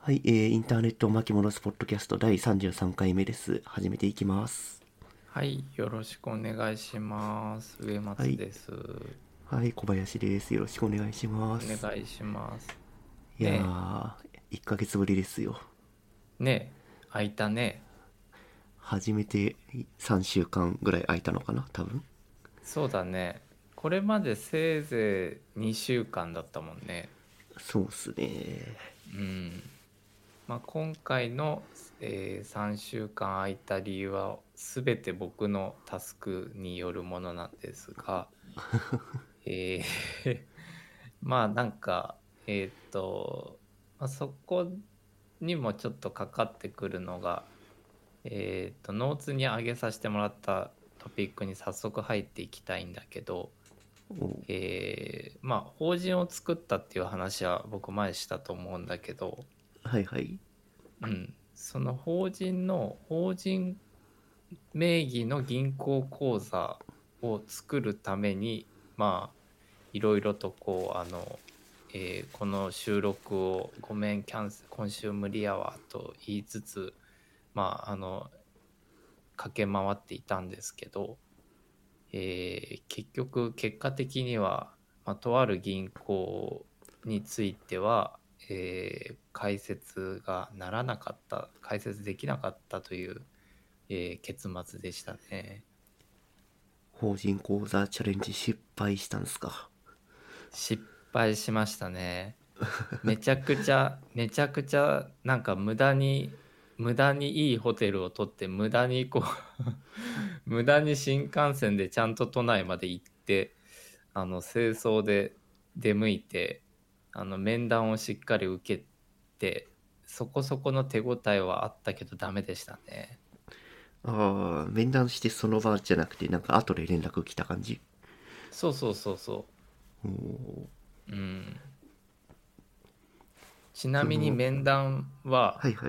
はい、インターネット巻き戻すポッドキャスト第33回目です。始めていきます。 はい、よろしくお願いします。植はい、 松です。 はい、小林です。よろしくお願いしまおす。 願いします。 いやねー、1ヶ月ぶりですよ。 え、ねえ、空いたね。 初めて3週間ぐらい空いたのかな、多分。 そうだね。これまでせいぜい2週間だったもんね。 そうっすね。 うん。まあ、今回の、3週間空いた理由は全て僕のタスクによるものなんですが、えーまあなんか、まあ、そこにもちょっとかかってくるのが、ノーツに上げさせてもらったトピックに早速入っていきたいんだけど、 お、 まあ法人を作ったっていう話は僕前したと思うんだけど、 はいはい。 その法人の法人名義の銀行口座を作るために、まあいろいろとこの収録をごめんキャンセル今週無理やわと言いつつ、まあ駆け回っていたんですけど、結局結果的には、まあ、とある銀行については、開設できなかったという、結末でしたね。 法人講座チャレンジ失敗したんすか？ 失敗しましたね。めちゃくちゃなんか無駄にいいホテルを取って無駄に無駄に新幹線でちゃんと都内まで行って清掃で出向いて面談をしっかり受けて、そこそこの手応えはあったけどダメでしたね。 あ面談してその場じゃなくて、なんか後で連絡来た感じ。 そうそうそうそおー、 う。うん。ちなその、 みに面談ははいはい。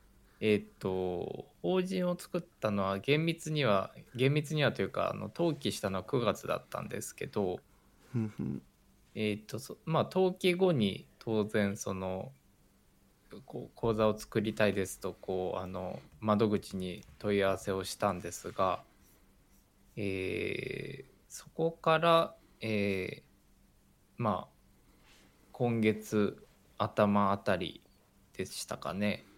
法人を作ったのは厳密にはというか登記したのは9月だったんですけど、 うんうん。 まあ登記後に当然口座を作りたいですと窓口に問い合わせをしたんですが、そこから、まあ今月頭あたりでしたかね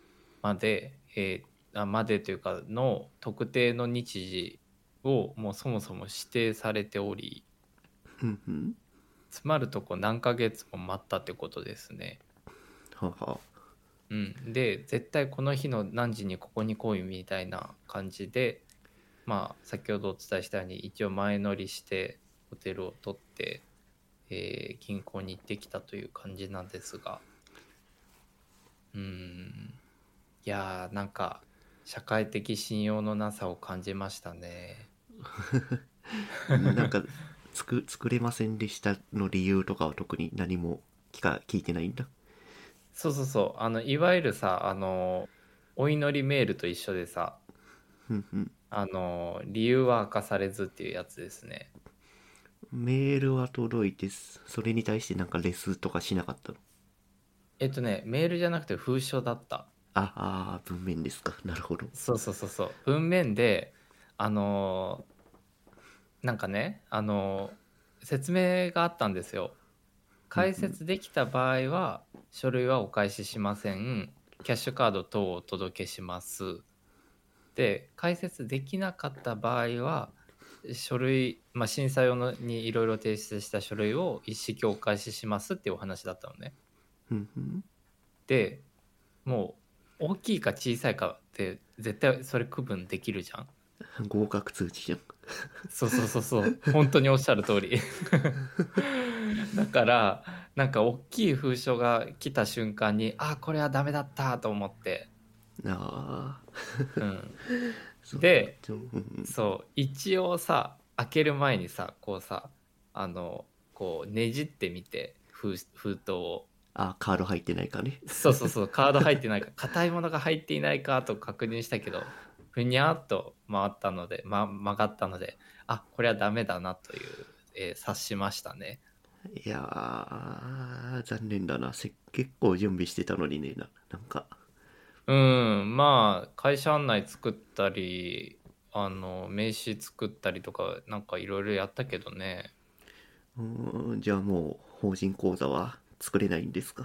までというかの特定の日時をもうそもそも指定されており、 うんうん。 つまるとこ何ヶ月も待ったってことですね。 はは。 うん、で絶対この日の何時にここに来いみたいな感じで、まあ先ほどお伝えしたように一応前乗りしてホテルを取って、銀行に行ってきたという感じなんですが、いやーなんか社会的信用のなさを感じましたね。 なんか作れませんでしたの理由とかは特に何も聞いてないんだ。 そうそうそう、いわゆるさお祈りメールと一緒でさ、 うんうん。 理由は明かされずっていうやつですね。 メールは届いてそれに対してなんかレスとかしなかったの？ メールじゃなくて封書だった。 文面ですか。なるほど。 そうそうそうそう、文面であのなんかね説明があったんですよ。開設できた場合は書類はお返ししません。キャッシュカード等をお届けします。で、開設できなかった場合は書類、まあ、審査用のにいろいろ提出した書類を一式お返ししますっていうお話だったのね。 うんうん。 で、もう大きいか小さいかって絶対それ区分できるじゃん。 合格通知じゃん。 そうそうそうそう、本当におっしゃる通り。だからなんか大きい封書が来た瞬間にこれはダメだったと思って、 ああ、 うん、 そうそう。 でうんうん。 そう一応さ開ける前にさこうねじってみて封筒を、 カード入ってないかね。 そうそうそう、カード入ってないか硬いものが入っていないかと確認したけどふにゃっと曲がったので、これはダメだなという、察しましたね。 いやー、残念だな。結構準備してたのにね、なんか。 うん、まあ会社案内作ったり名刺作ったりとかなんかいろいろやったけどね。 じゃあもう法人口座は作れないんですか？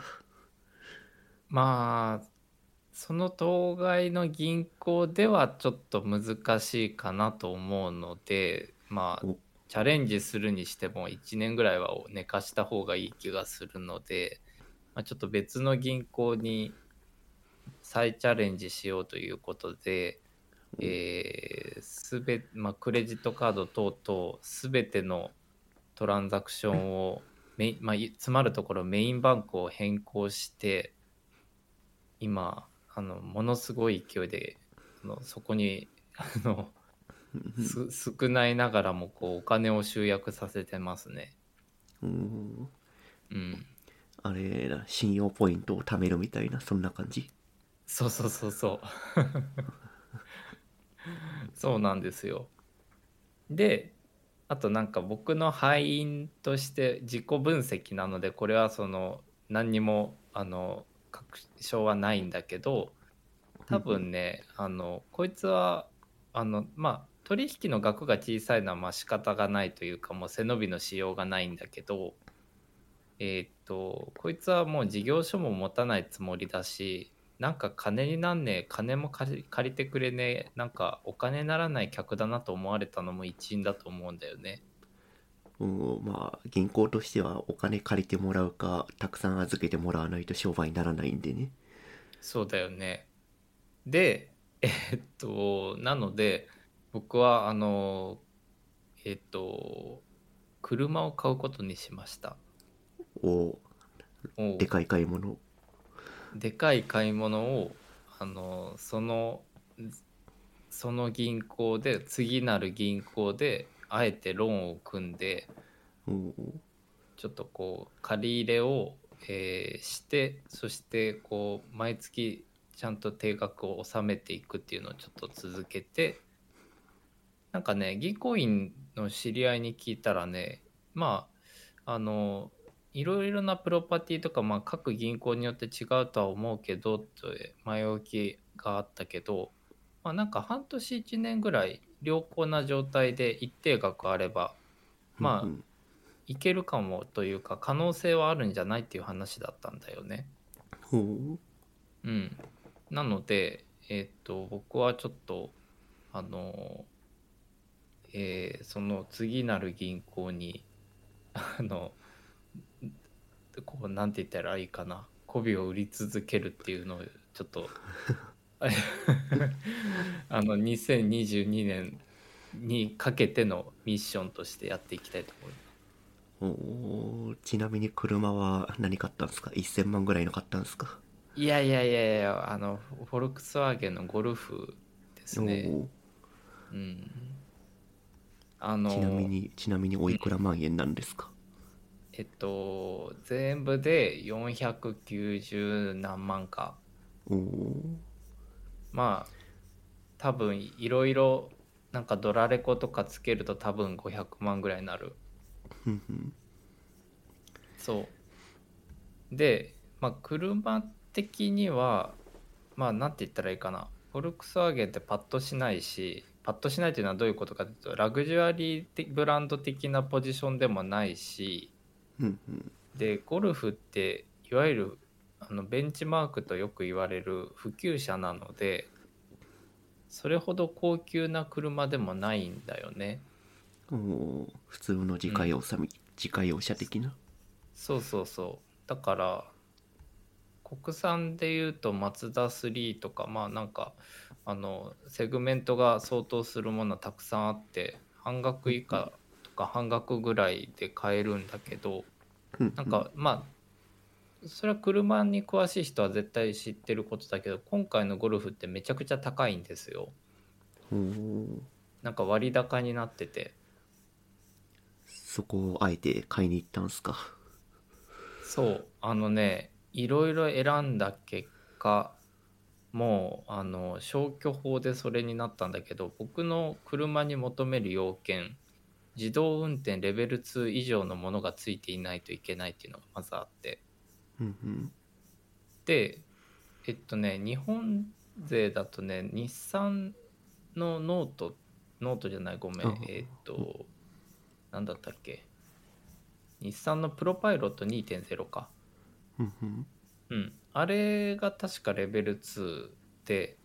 まあその当該の銀行ではちょっと難しいかなと思うので、まあお、 チャレンジするにしても1年ぐらいは寝かした方がいい気がするので、まあ、ちょっと別の銀行に再チャレンジしようということで、まあ、クレジットカード等々すべてのトランザクションをまあ、詰まるところメインバンクを変更して今ものすごい勢いでそこにあの少ないながらもこうお金を集約させてますね。 うん、 うん、 あれだ、信用ポイントを貯めるみたいな、そんな感じ。 そうそうそうそうそうなんですよ。で、あとなんか僕の敗因として自己分析なので、これは何にも確証はないんだけど、多分ね、こいつはまあ取引の額が小さいのはまあ仕方がないというか、もう背伸びのしようがないんだけど、こいつはもう事業所も持たないつもりだし、なんか金になんねえ、金も借りてくれねえ、なんかお金にならない客だなと思われたのも一因だと思うんだよね。 まあ、銀行としてはお金借りてもらうか、たくさん預けてもらわないと商売にならないんでね。 そうだよね。で、なので、僕はえっと、車を買うことにしました。 お、 おでかい買い物。 でかい買い物を、あの、その、その銀行で、次なる銀行で、あえてローンを組んで、 お、 ちょっとこう、借り入れを、して、そしてこう、毎月ちゃんと定額を納めていくっていうのをちょっと続けて、なんかね、銀行員の知り合いに聞いたらね、まあ、いろいろなプロパティとか、まあ、各銀行によって違うとは思うけど、と前置きがあったけど、まあ、なんか半年1年ぐらい良好な状態で一定額あれば、まあ、いけるかもというか、可能性はあるんじゃないっていう話だったんだよね。 ほう。 うん。なので、僕はちょっと、あの、その次なる銀行にあのこうなんて言ったらいいかな、媚びを売り続けるっていうのをちょっと2022年にかけてのミッションとしてやっていきたいと思います。 ちなみに車は何買ったんですか？ 1000 万ぐらいの買ったんですか？ いやいやいやいや、フォルクスワーゲンのゴルフですね。 おお。 うん。あのちなみにおいくら万円なんですか？ 全部で490何万か。 おお。 まあ多分いろいろなんかドラレコとかつけると多分500万ぐらいになる。そうで、まあ車的にはまあなんて言ったらいいかな、フォルクスワーゲンってパッとしないし、パッとしないというのはどういうことかというと、ラグジュアリーブランド的なポジションでもないし、でゴルフっていわゆるベンチマークとよく言われる普及車なので、それほど高級な車でもないんだよね。 おお。普通のうん。 自家用車的な。 そうそうそう。だから国産でいうとマツダ3とか、まあなんかセグメントが相当するものはたくさんあって、半額以下とか半額ぐらいで買えるんだけど、なんかまあそれは車に詳しい人は絶対知ってることだけど、今回のゴルフってめちゃくちゃ高いんですよ。 おお。 なんか割高になってて。 そこをあえて買いに行ったんすか？ そう、いろいろ選んだ結果、もう消去法でそれになったんだけど、僕の車に求める要件自動運転レベル2以上のものがついていないといけないっていうのがまずあって、 うんうん。 で日本勢だとね、日産のノートじゃない、ごめん、なんだったっけ、日産のプロパイロット2.0か。 うんうん。 うん。あれが確かレベル2で、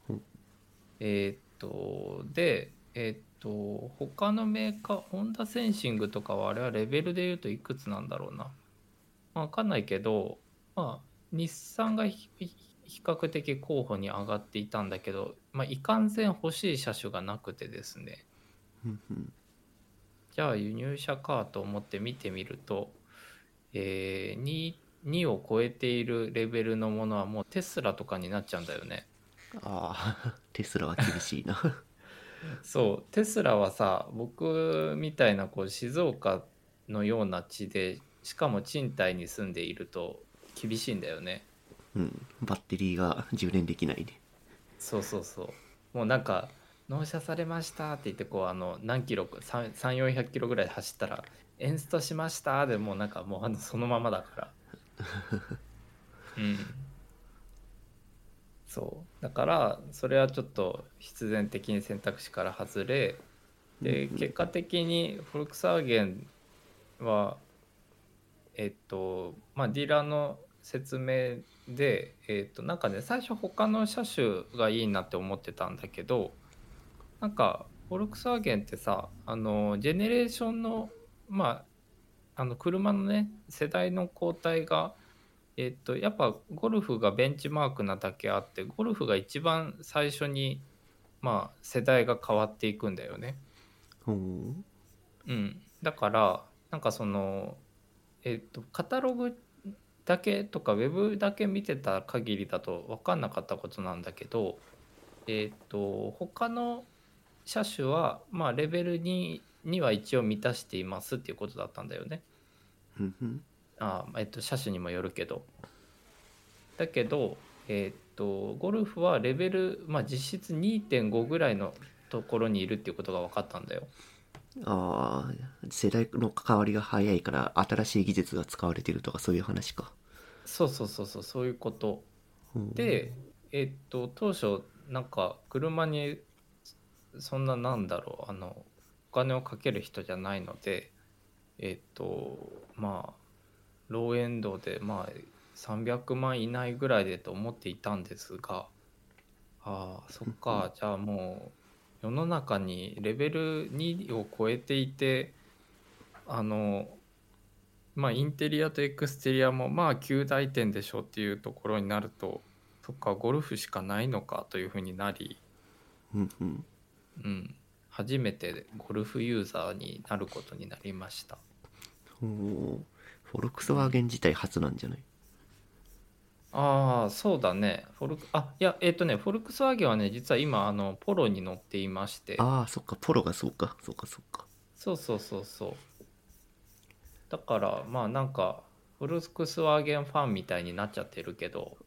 他のメーカー、ホンダセンシングとかはあれはレベルで言うといくつなんだろうな。わかんないけど、まあ、日産が比較的候補に上がっていたんだけど、まあ、いかんせん欲しい車種がなくてですね。 うんうん。 じゃあ輸入車かと思って見てみると、2を超えているレベルのものはもうテスラとかになっちゃうんだよね。 ああ、テスラは厳しいな。 そう、テスラはさ、僕みたいなこう静岡のような地で、しかも賃貸に住んでいると厳しいんだよね。 うん。バッテリーが充電できないね。 そうそうそう。もうなんか、納車されましたって言って、こう、何キロか、3、400キロぐらい走ったら、エンストしましたでもうなんかもうそのままだから。うん。そう。だから、それはちょっと必然的に選択肢から外れ、で、結果的にフォルクスワーゲンは、まあ、ディーラーの説明で、なんかね、最初他の車種がいいなって思ってたんだけど、なんか、フォルクスワーゲンってさ、ジェネレーションの、まあ、車のね、世代の交代が、やっぱゴルフがベンチマークなだけあって、ゴルフが一番最初に、まあ、世代が変わっていくんだよね。 ほう。 うん。だから、なんかその、カタログだけとかウェブだけ見てた限りだと分かんなかったことなんだけど、他の車種は、まあ、レベル2には一応満たしていますっていうことだったんだよね。 うんうん。 車種にもよるけど。だけど、ゴルフはレベル、まあ、実質2.5ぐらいのところにいるっていうことが分かったんだよ。 ああ、世代の関わりが早いから新しい技術が使われてるとかそういう話か。 そうそうそうそう、そういうこと。 ほう。 で、当初、なんか車にそんななんだろう、お金をかける人じゃないので、まあ、ローエンドで、まあ、300万以内ぐらいでと思っていたんですが、ああ、そっか、じゃあもう、世の中にレベル2を超えていて、あの、まあ、インテリアとエクステリアも、まあ、9大点でしょっていうところになると、そっか、ゴルフしかないのかというふうになり、 うんうん。 うん、初めてゴルフユーザーになることになりました。 ほう。フォルクスうん、 ワーゲン自体初なんじゃない？ ああ、そうだね。いや、フォルクスワーゲンはね、実は今、ポロに乗っていまして、 ああ、そっか、ポロがそうか。そうか、そうか。 そうそうそうそう。だから、まあなんか、フォルクスワーゲンファンみたいになっちゃってるけど、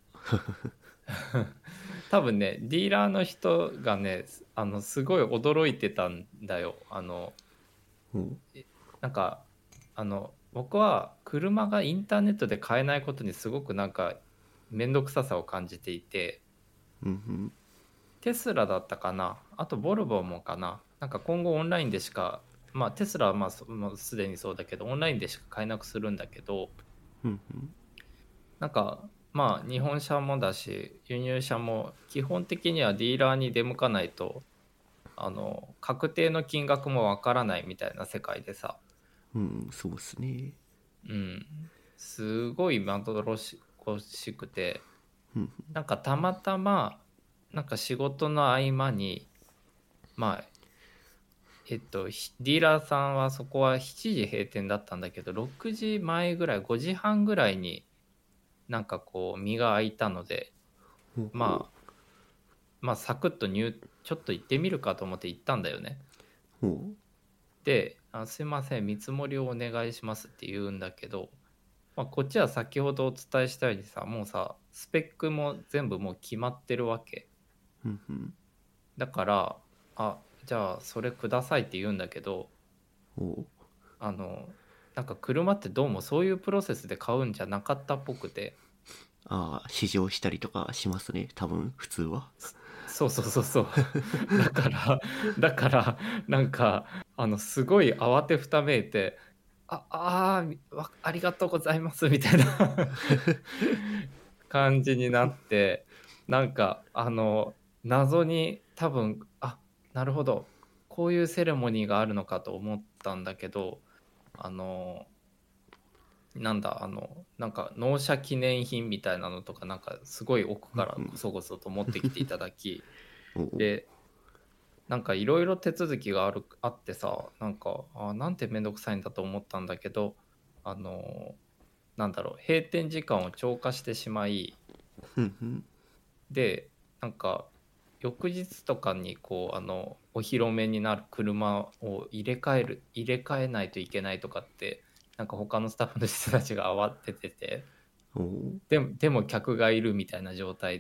多分ね、ディーラーの人がね、すごい驚いてたんだよ。 ほう。 なんか、僕は車がインターネットで買えないことにすごくなんか、めんどくささを感じていて、 うんうん。 テスラだったかな、あとボルボもかな、なんか今後オンラインでしか、まあテスラはまあもうすでにそうだけど、オンラインでしか買えなくするんだけど、 うんうん。 なんかまあ日本車もだし、輸入車も基本的にはディーラーに出向かないと、確定の金額もわからないみたいな世界でさ、 うん、そうっすね。 うん、すごいまどろしくて、 うん。 なんかたまたま、なんか仕事の合間に、まあディーラーさんはそこは7時閉店だったんだけど、6時前ぐらい、5時半ぐらいになんかこう身が空いたので、 ほうほう。 まあサクッとちょっと行ってみるかと思って行ったんだよね。 ほで、すいません、見積もりをお願いしますって言うんだけど、まあ、こっちは先ほどお伝えしたようにさ、もうさ、スペックも全部もう決まってるわけ。 う。うんうん。 だから、じゃあそれくださいって言うんだけど、 ほう。 なんか車ってどうもそういうプロセスで買うんじゃなかったっぽくて。 ああ、試乗したりとかしますね、多分、普通は。 そうそうそうそう。だからなんかすごい慌てふためいて、ありがとうございますみたいな感じになって、なんか謎に多分、なるほど、こういうセレモニーがあるのかと思ったんだけど、あのなんか納車記念品みたいなのとか、なんかすごい奥からこそこそと持ってきていただきおうで、なんかいろいろ手続きがあってさ、なんかなんてめんどくさいんだと思ったんだけど、あのなんだろう、閉店時間を超過してしまい、 うんうん。 でなんか翌日とかにお披露目になる車を入れ替えないといけないとかって、なんか他のスタッフの人たちが慌ててて、 おうでも客がいるみたいな状態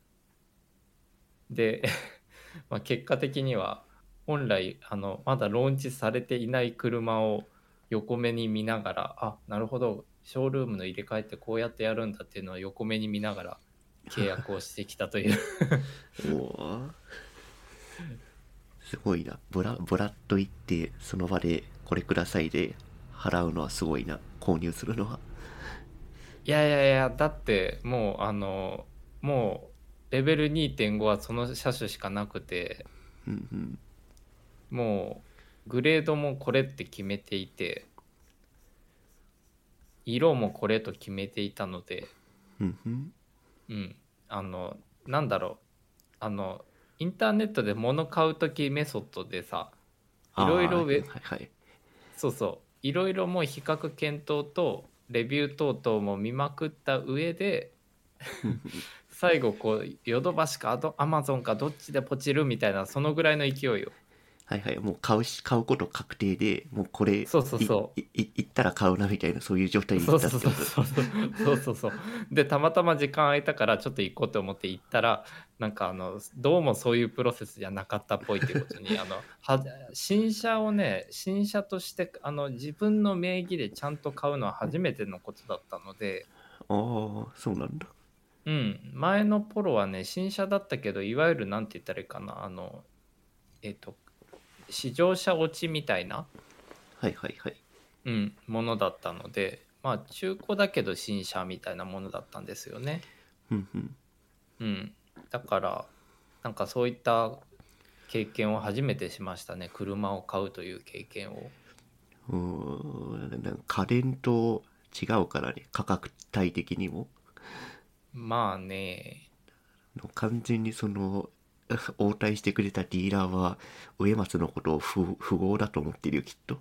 でまあ結果的には、本来まだローンチされていない車を横目に見ながら、なるほど、ショールームの入れ替えってこうやってやるんだっていうのを横目に見ながら契約をしてきたというおう、すごいな。ブラッと言って、その場でこれくださいで払うのはすごいな。購入するのは。 いやいやいや、だってもうもうレベル2.5はその車種しかなくて、 うんうん。 もうグレードもこれって決めていて、色もこれと決めていたので、 うんうん。 うん、なんだろう、インターネットで物買うときメソッドでさ、いろいああ、 ろはいはい。 そうそう、いろいろもう比較検討とレビュー等々も見まくった上で、 うんうん。 最後ヨドバシかアマゾンかどっちでポチるみたいな、そのぐらいの勢いよ。 はいはい。もう買うこと確定で、もうこれ、 そうそうそ行ったら買うなみたいな、そういう状態うで行そうそうそうったってこと。 そうで、たまたま時間空いたからちょっと行こうと思って行ったら、なんかどうもそういうプロセスじゃなかったっぽいっていうことに、新車をね、新車として自分の名義でちゃんと買うのは初めてのことだったので、 ああ、そうなんだ。 うん、前のポロはね、新車だったけど、いわゆるなんて言ったらいいかな、えっと試乗車落ちみたいな、 はいはいはい。 ものだったので、まあ中古だけど新車みたいなものだったんですよね。 うんうん。 うん、だからなんかそういった経験を初めてしましたね、車を買うという経験を。 うーん、なんか家電と違うからね、価格帯的にも。 まあね。 完全にその、応対してくれたディーラーは、植松のことを富豪だと思ってるよ、きっと。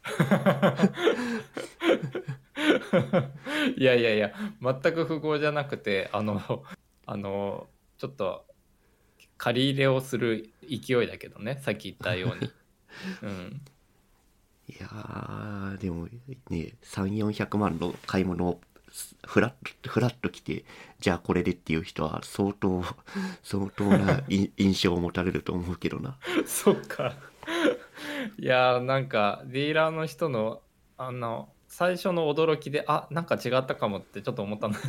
いやいやいや、全く不合じゃなくて、ちょっと借り入れをする勢いだけどね、さっき言ったように。うん。 いやー、でもね、3、400万の買い物をフラッと来て、じゃあこれでっていう人は相当な印象を持たれると思うけどな。 そっか。いやー、なんかディーラーの人の最初の驚きで、なんか違ったかもってちょっと思ったの。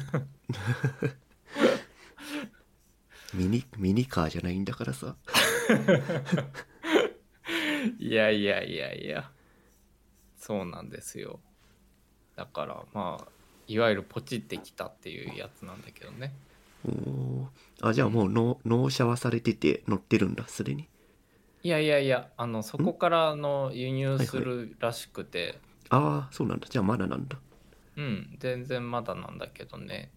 ミニカーじゃないんだからさ。 いやいやいやいや、そうなんですよ。だからまあ、いわゆるポチってきたっていうやつなんだけどね。 おー、あ、じゃあもううん。 納車はされてて乗ってるんだ、すでに。 いやいやいや、そんこから輸入すはいはい。 るらしくて、 ああ、そうなんだ。じゃあまだなんだ。 うん、全然まだなんだけどね。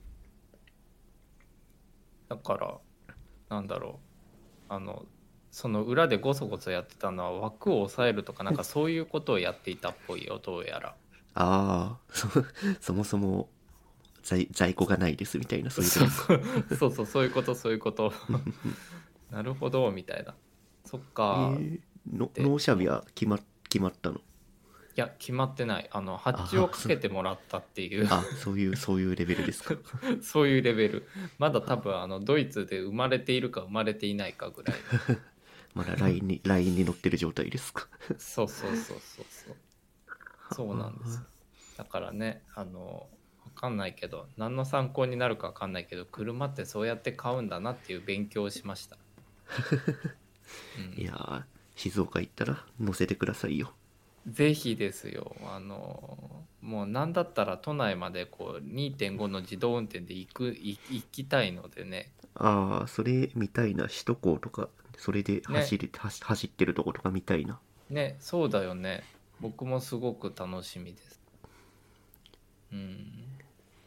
だから、なんだろう。その裏でゴソゴソやってたのは枠を抑えるとか、なんかそういうことをやっていたっぽいよ、どうやら。 ああ、そもそも在庫がないですみたいな、そういうことか。 そうそうそうそう、そういうこと、そういうこと。なるほど、みたいな。そっか。で、 納車日は決まったの？ いや、決まってない。発注をああ、 かけてもらったっていうそういうレベルですか。 そういうレベル。まだ多分、ドイツで生まれているか生まれていないかぐらいの。 まだラインに乗ってる状態ですか。 そうそうそうそうそう。 そうなんですよ。だからね、わかんないけど、何の参考になるかわかんないけど、車ってそうやって買うんだなっていう勉強をしました。うん。 いやー、静岡行ったら乗せてくださいよ。 ぜひですよ。もう何だったら都内までこう2.5の自動運転で行きたいのでね。 ああ、それ見たいな。首都高とか、それでね、 走ってるとことか見たいな。 ね、そうだよね。僕もすごく楽しみです。うん。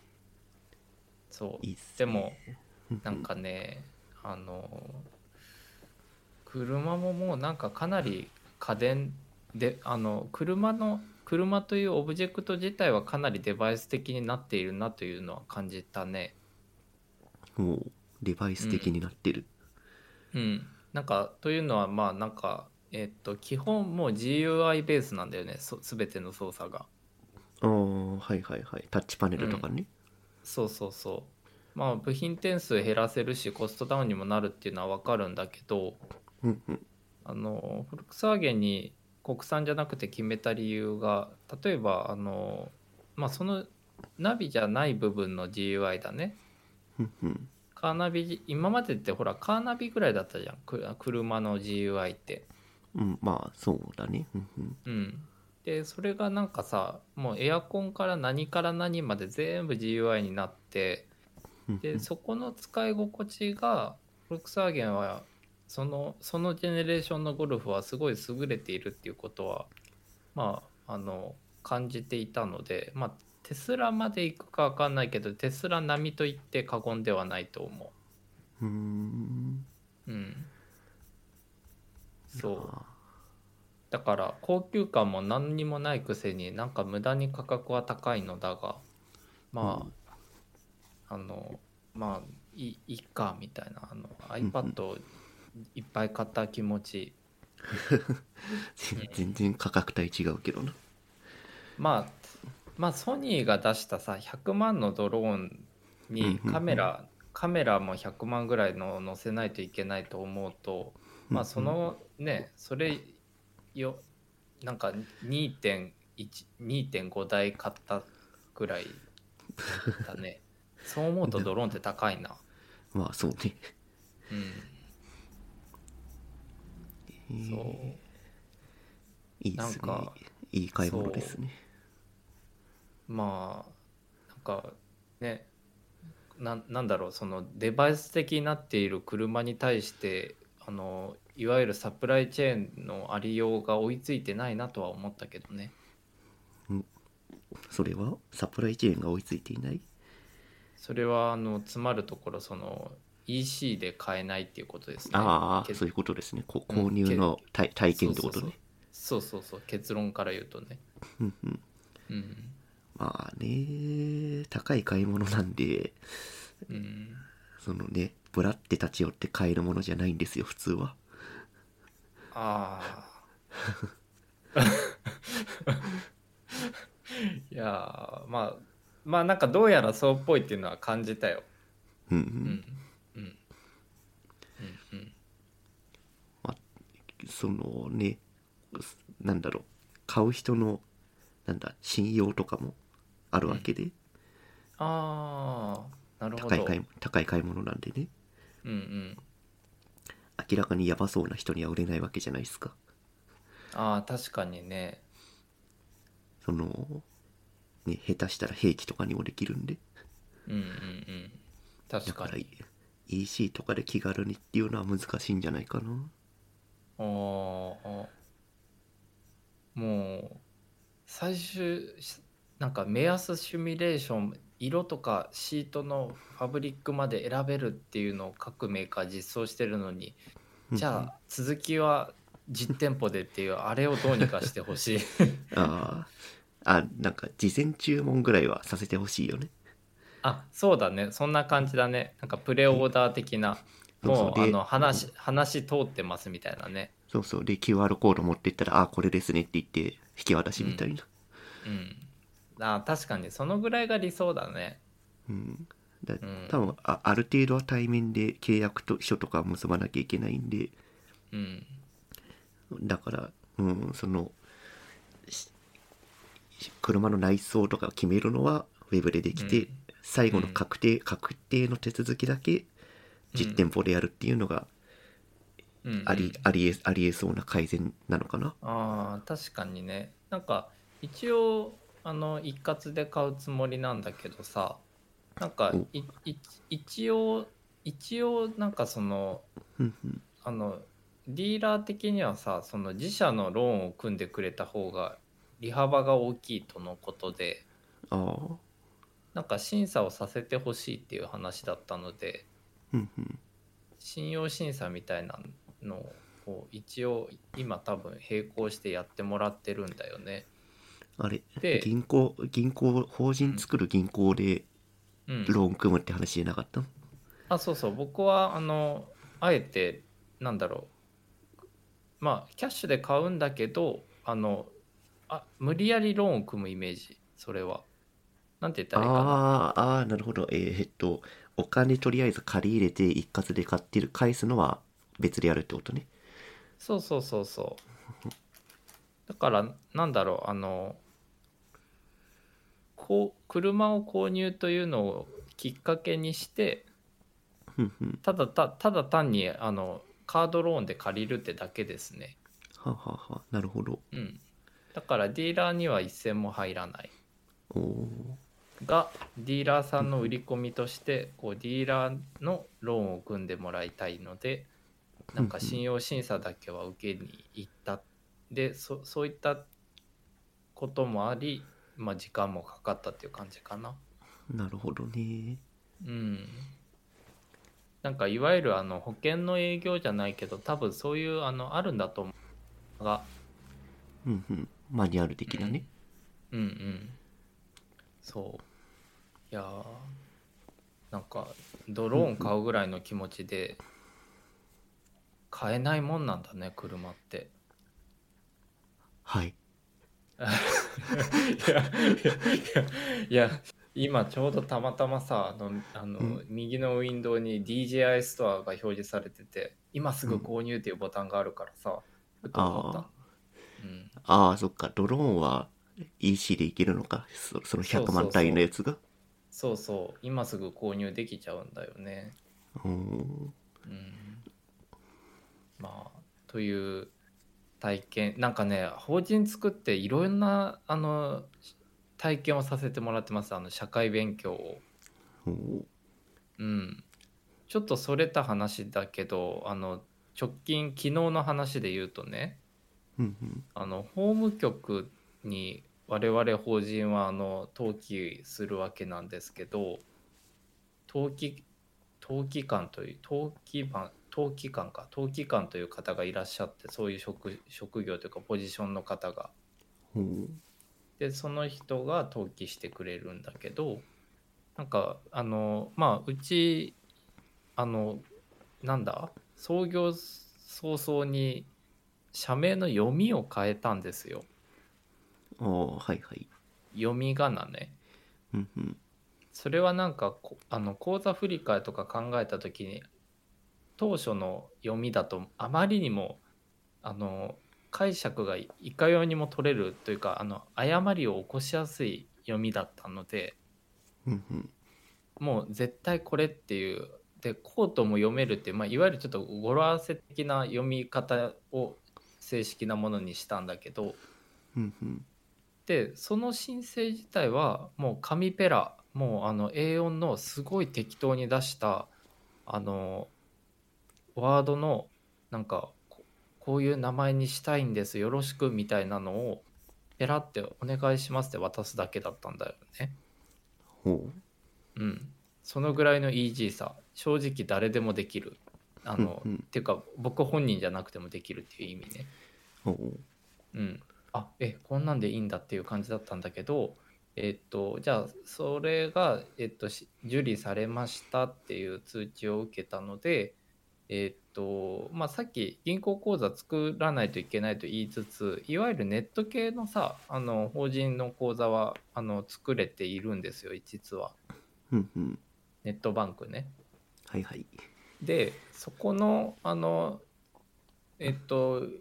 そう。 いいっすでも、 ね。 なんかね、あの、車ももうなんかかなり家電で、車というオブジェクト自体はかなりデバイス的になっているなというのは感じたね。 もう、デバイス的うん。 になってる。 うん。なんか、というのは、まあなんか、基本もう GUI ベースなんだよね、すべての操作が。 ああ、はいはいはい。タッチパネうん。 ルとかね。 そうそうそう。まあ部品点数減らせるし、コストダウンにもなるっていうのはわかるんだけど、 うんうん。 フォルクスワーゲンに国産じゃなくて決めた理由が、例えばまあそのナビじゃない部分の GUI だね。 うんうん。 カーナビ、今までってほらカーナビぐらいだったじゃん、車の GUI って。 うん、まあ、そうだね。うんうん。 うん。でそれがなんかさ、もうエアコンから何まで全部 GUI になって、でそこの使い心地がフォルクスワーゲンはそのジェネレーションのゴルフはすごい優れているっていうことはまあ感じていたので、まあテスラまで行くか分かんないけどテスラ並みと言って過言ではないと思うーん。 う。うん。 いやそうだから高級感も何にもないくせになんか無駄に価格は高いのだが、 ー、うん。 まあまあいっかみたいな、 うんうん。 iPad をいっぱい買った気持ち。うん。 全然価格帯違うけどな。 まあまあソニーが出したさ100万のドローンうんうにんうん。 カメラも100万ぐらいの載せないといけないと思うと、まあそうんうん。 のねそれよなんか2.1、2.5台買ったぐらいだね。そう思うとだドローンって高いな。 まあ、そうね。 うん。そいいっう。なんすね。 か、 いい買い物ですそね。 う。まあ、なんかね、なんだろう、そのデバイス的になっている車に対して、いわゆるサプライチェーンのありようが追いついてないなとは思ったけどね。 それはサプライチェーンが追いついていない。 それは、詰まるところ、その、EC で買えないっていうことですね。 ああ、そういうことですね。購うん、 入の体験そうそうそう。 ってことね。 そうそうそう。結論から言うとね。 うんうん。 うん。 まあね、高い買い物なんで、 うん。 そのね、ブラって立ち寄って買えるものじゃないんですよ、普通は。 ああ。いやまあなんかどうやらそうっぽいっていうのは感じたよ。 うんうん。 うん。うん。うんうん。 まあ、そのね、なんだろう、買う人の、なんだ、信用とかもあるうん。 わけで、 ああ、なるほど。 高い買い物なんでね、 うんうん。 明らかにヤバそうな人には売れないわけじゃないですか。 ああ、確かにね。 その、ね、下手したら兵器とかにもできるんで。 うんうんうん。確だからかに。 EC とかで気軽にっていうのは難しいんじゃないかな。 ああ、もう、最終、なんか目安シミュレーション、色とかシートのファブリックまで選べるっていうのを各メーカー実装してるのに、じゃあ続きは実店舗でっていうあれをどうにかしてほしい。 あなんか事前注文ぐらいはさせてほしいよね。 あ、そうだね。そんな感じだね。なんかプレオで、 ーダー的な。 そうそう。 もうで、 話通ってますみたいなね。 そうそう。で、QR コード持ってったら、これですねって言って、引き渡うん。 しみたいな。 うん。あ、確かにそのぐらいが理想だね。 うん。だうん。 多分ある程度は対面で契約と書とか結ばなきゃいけないんで、 うん。 だから、うん、その、 車の内装とか決めるのはウェブでできて、 うん最後の確定の手続きだけ実店舗でやるっていうのがうんうんありえそうな改善なのかな。 ああ、確かにね。なんか一応一括で買うつもりなんだけどさ、なんかお一応なんかうんうん。 あのディーラー的にはさ、その自社のローンを組んでくれた方が利幅が大きいとのことで、 ああ。 なんか審査をさせてほしいっていう話だったので、 うんうん。 信用審査みたいなのを一応今多分並行してやってもらってるんだよね。 あれ、 で、 法人うん作る銀行でうん、 ローン組むって話じゃなかったの？ そうそう、僕はあえてなんだろまあキャッシュで買うんだけど無理やりローンを組むイメージ。それはなんて言ったらいいかな。 なるほど。お金とりあえず借り入れて一括で買ってる、返すのは別でやるってことね。 そうそうそうそう。だからなんだろう車を購入というのをきっかけにしてうんうん。 ただ単にカードローンで借りるってだけですね。 ははは。なるほど。 うん。だからディーラーには一銭も入らないおお。 が、ディーラーさんの売り込みとしてこうディーラーのローンを組んでもらいたいので、なんか信用審査だけは受けに行った。でそういったこともあり、まあ、時間もかかったっていう感じかな。 なるほどね。 うん。なんかいわゆる保険の営業じゃないけど、多分そういうあるんだと思うが、 うんうん。マニュアル的なね。 うんうん、そう。いやー、なんかドローン買うぐらいの気持ちで買えないもんなんだね、車って。 はい。 いやいや今ちょうどたまたまさうん。 右のウィンドウに DJI ストアが表示されてて、今すぐうん。 購入っていうボタンがあるからさ、ふと思ったの。 あうん、 あ。ああ、そっか。ドローンは EC でいけるのか。そのそう 100万単位のそうそうやつが。 そうそう、今すぐ購入できちゃうんだよね。 うーん。 うん、まあという体験、なんかね、法人作っていろんな体験をさせてもらってます。社会勉強を。 おー。 うん。ちょっとそれた話だけど、直近昨日の話で言うとね、 うんうん。 法務局に我々法人は登記するわけなんですけど、登記登記官という登記官という方がいらっしゃって、そういう職業というかポジションの方が、 おー。 でその人が登記してくれるんだけど、なんかまあうちあのなんだ創業早々に社名の読みを変えたんですよ。 ああ、はいはい。 読み仮名ね。 うんうん。 それはなんか口座振替とか考えた時に、当初の読みだとあまりにもあの解釈がいかようにも取れるというか、誤りを起こしやすい読みだったので、 うんうん。 もう絶対これっていうで、こうとも読めるっていう、まあ、いわゆるちょっと語呂合わせ的な読み方を正式なものにしたんだけど、 うんうん。 でその申請自体はもう紙ペラ、もうA4 のすごい適当に出したあのワードのなんかこういう名前にしたいんですよろしくみたいなのをペラってお願いしますって渡すだけだったんだよね。 ほう。 うん。そのぐらいのイージーさ、正直誰でもできる。 うんうん。 っていうか僕本人じゃなくてもできるっていう意味ね。 ほう。 うん。こんなんでいいんだっていう感じだったんだけど、じゃあそれが受理されましたっていう通知を受けたので、まあ、さっき銀行口座作らないといけないと言いつつ、いわゆるネット系のさ、法人の口座は作れているんですよ、実は。 うんうん。 ネットバンクね。 はいはい。 で、そこの、えっと、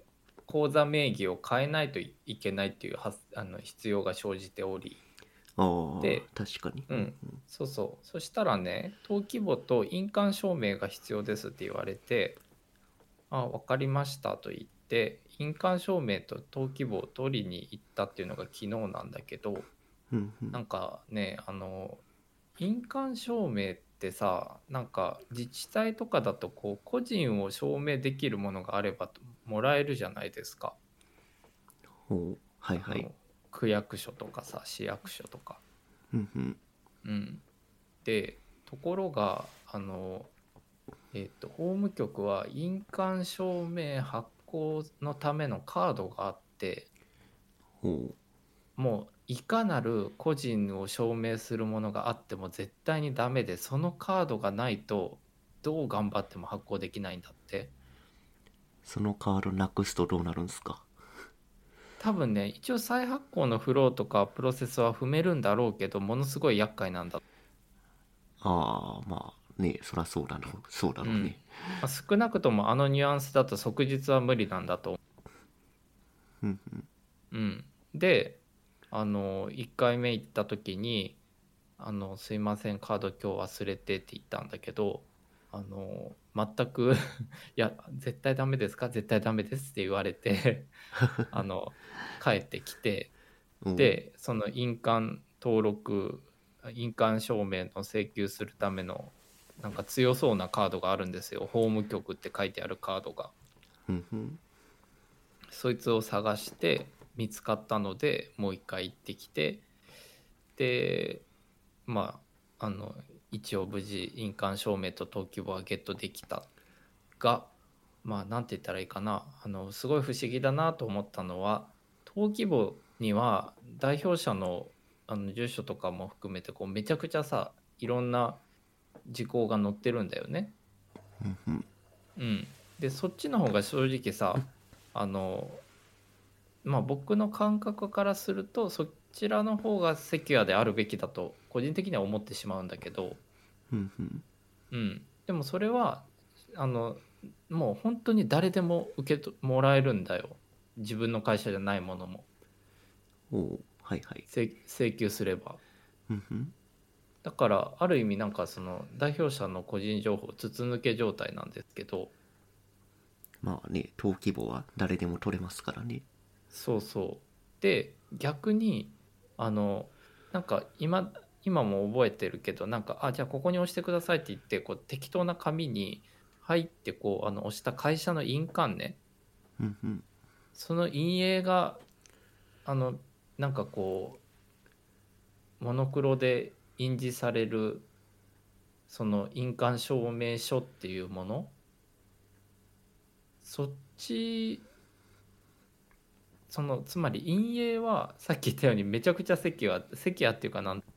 口座名義を変えないといけないっていう必要が生じており、 ああ、 で、 確かに。 そうそう。そしたらね、登記簿と印鑑証明が必要ですって言われて、あ、わかりましたと言って、印鑑証明と登記簿を取りに行ったっていうのが昨日なんだけど、なんかね、印鑑証明ってさ、なんか自治体とかだとこう個人を証明できるものがあればもらえるじゃないですか。 ほう、はいはい。 区役所とかさ、市役所とか。 うんうん。 うん。で、ところが、法務局は印鑑証明発行のためのカードがあって、 ほもういかなる個人を証明するものがあっても絶対にダメで、そのカードがないとどう頑張っても発行できないんだって。 う。そのカードなくすとどうなるんですか？ 多分ね、一応再発行のフローとかプロセスは踏めるんだろうけど、ものすごい厄介なんだ。 ああ、まあね、そらそうだろう、そうだうん。 ろうね。 まあ少なくともあのニュアンスだと即日は無理なんだと思うんうん。 う。うん。で、1回目行った時に、すいません、カード今日忘れてって言ったんだけど、全くいや、絶対ダメですか絶対ダメですって言われてあの、帰ってきて、 おう。 で、その印鑑証明の請求するための、なんか強そうなカードがあるんですよ。法務局って書いてあるカードが。 うんうん。 そいつを探して見つかったので、もう一回行ってきて、で、まあ、一応無事印鑑証明と登記簿はゲットできたが、まあなんて言ったらいいかな、すごい不思議だなと思ったのは、登記簿には代表者の住所とかも含めてこうめちゃくちゃさ、いろんな事項が載ってるんだよね。うん。でそっちの方が正直さ、あのまあ僕の感覚からするとそちらの方がセキュアであるべきだと個人的には思ってしまうんだけど、 うんうん。 うん、でもそれはあのもう本当に誰でももらえるんだよ。自分の会社じゃないものもおう、はいはい。 請求すれば。 うんうん。 だからある意味なんかその代表者の個人情報筒抜け状態なんですけど、 まあね、登記簿は誰でも取れますからね。 そうそう。で逆にあのなんか今も覚えてるけど、なんかじゃあここに押してくださいって言ってこう適当な紙に入ってこう押した会社の印鑑ね、 うんうん。 その印影があのなんかこうモノクロで印字されるその印鑑証明書っていうもの、そっち、つまり印影はさっき言ったようにめちゃくちゃセキュアっていうかなん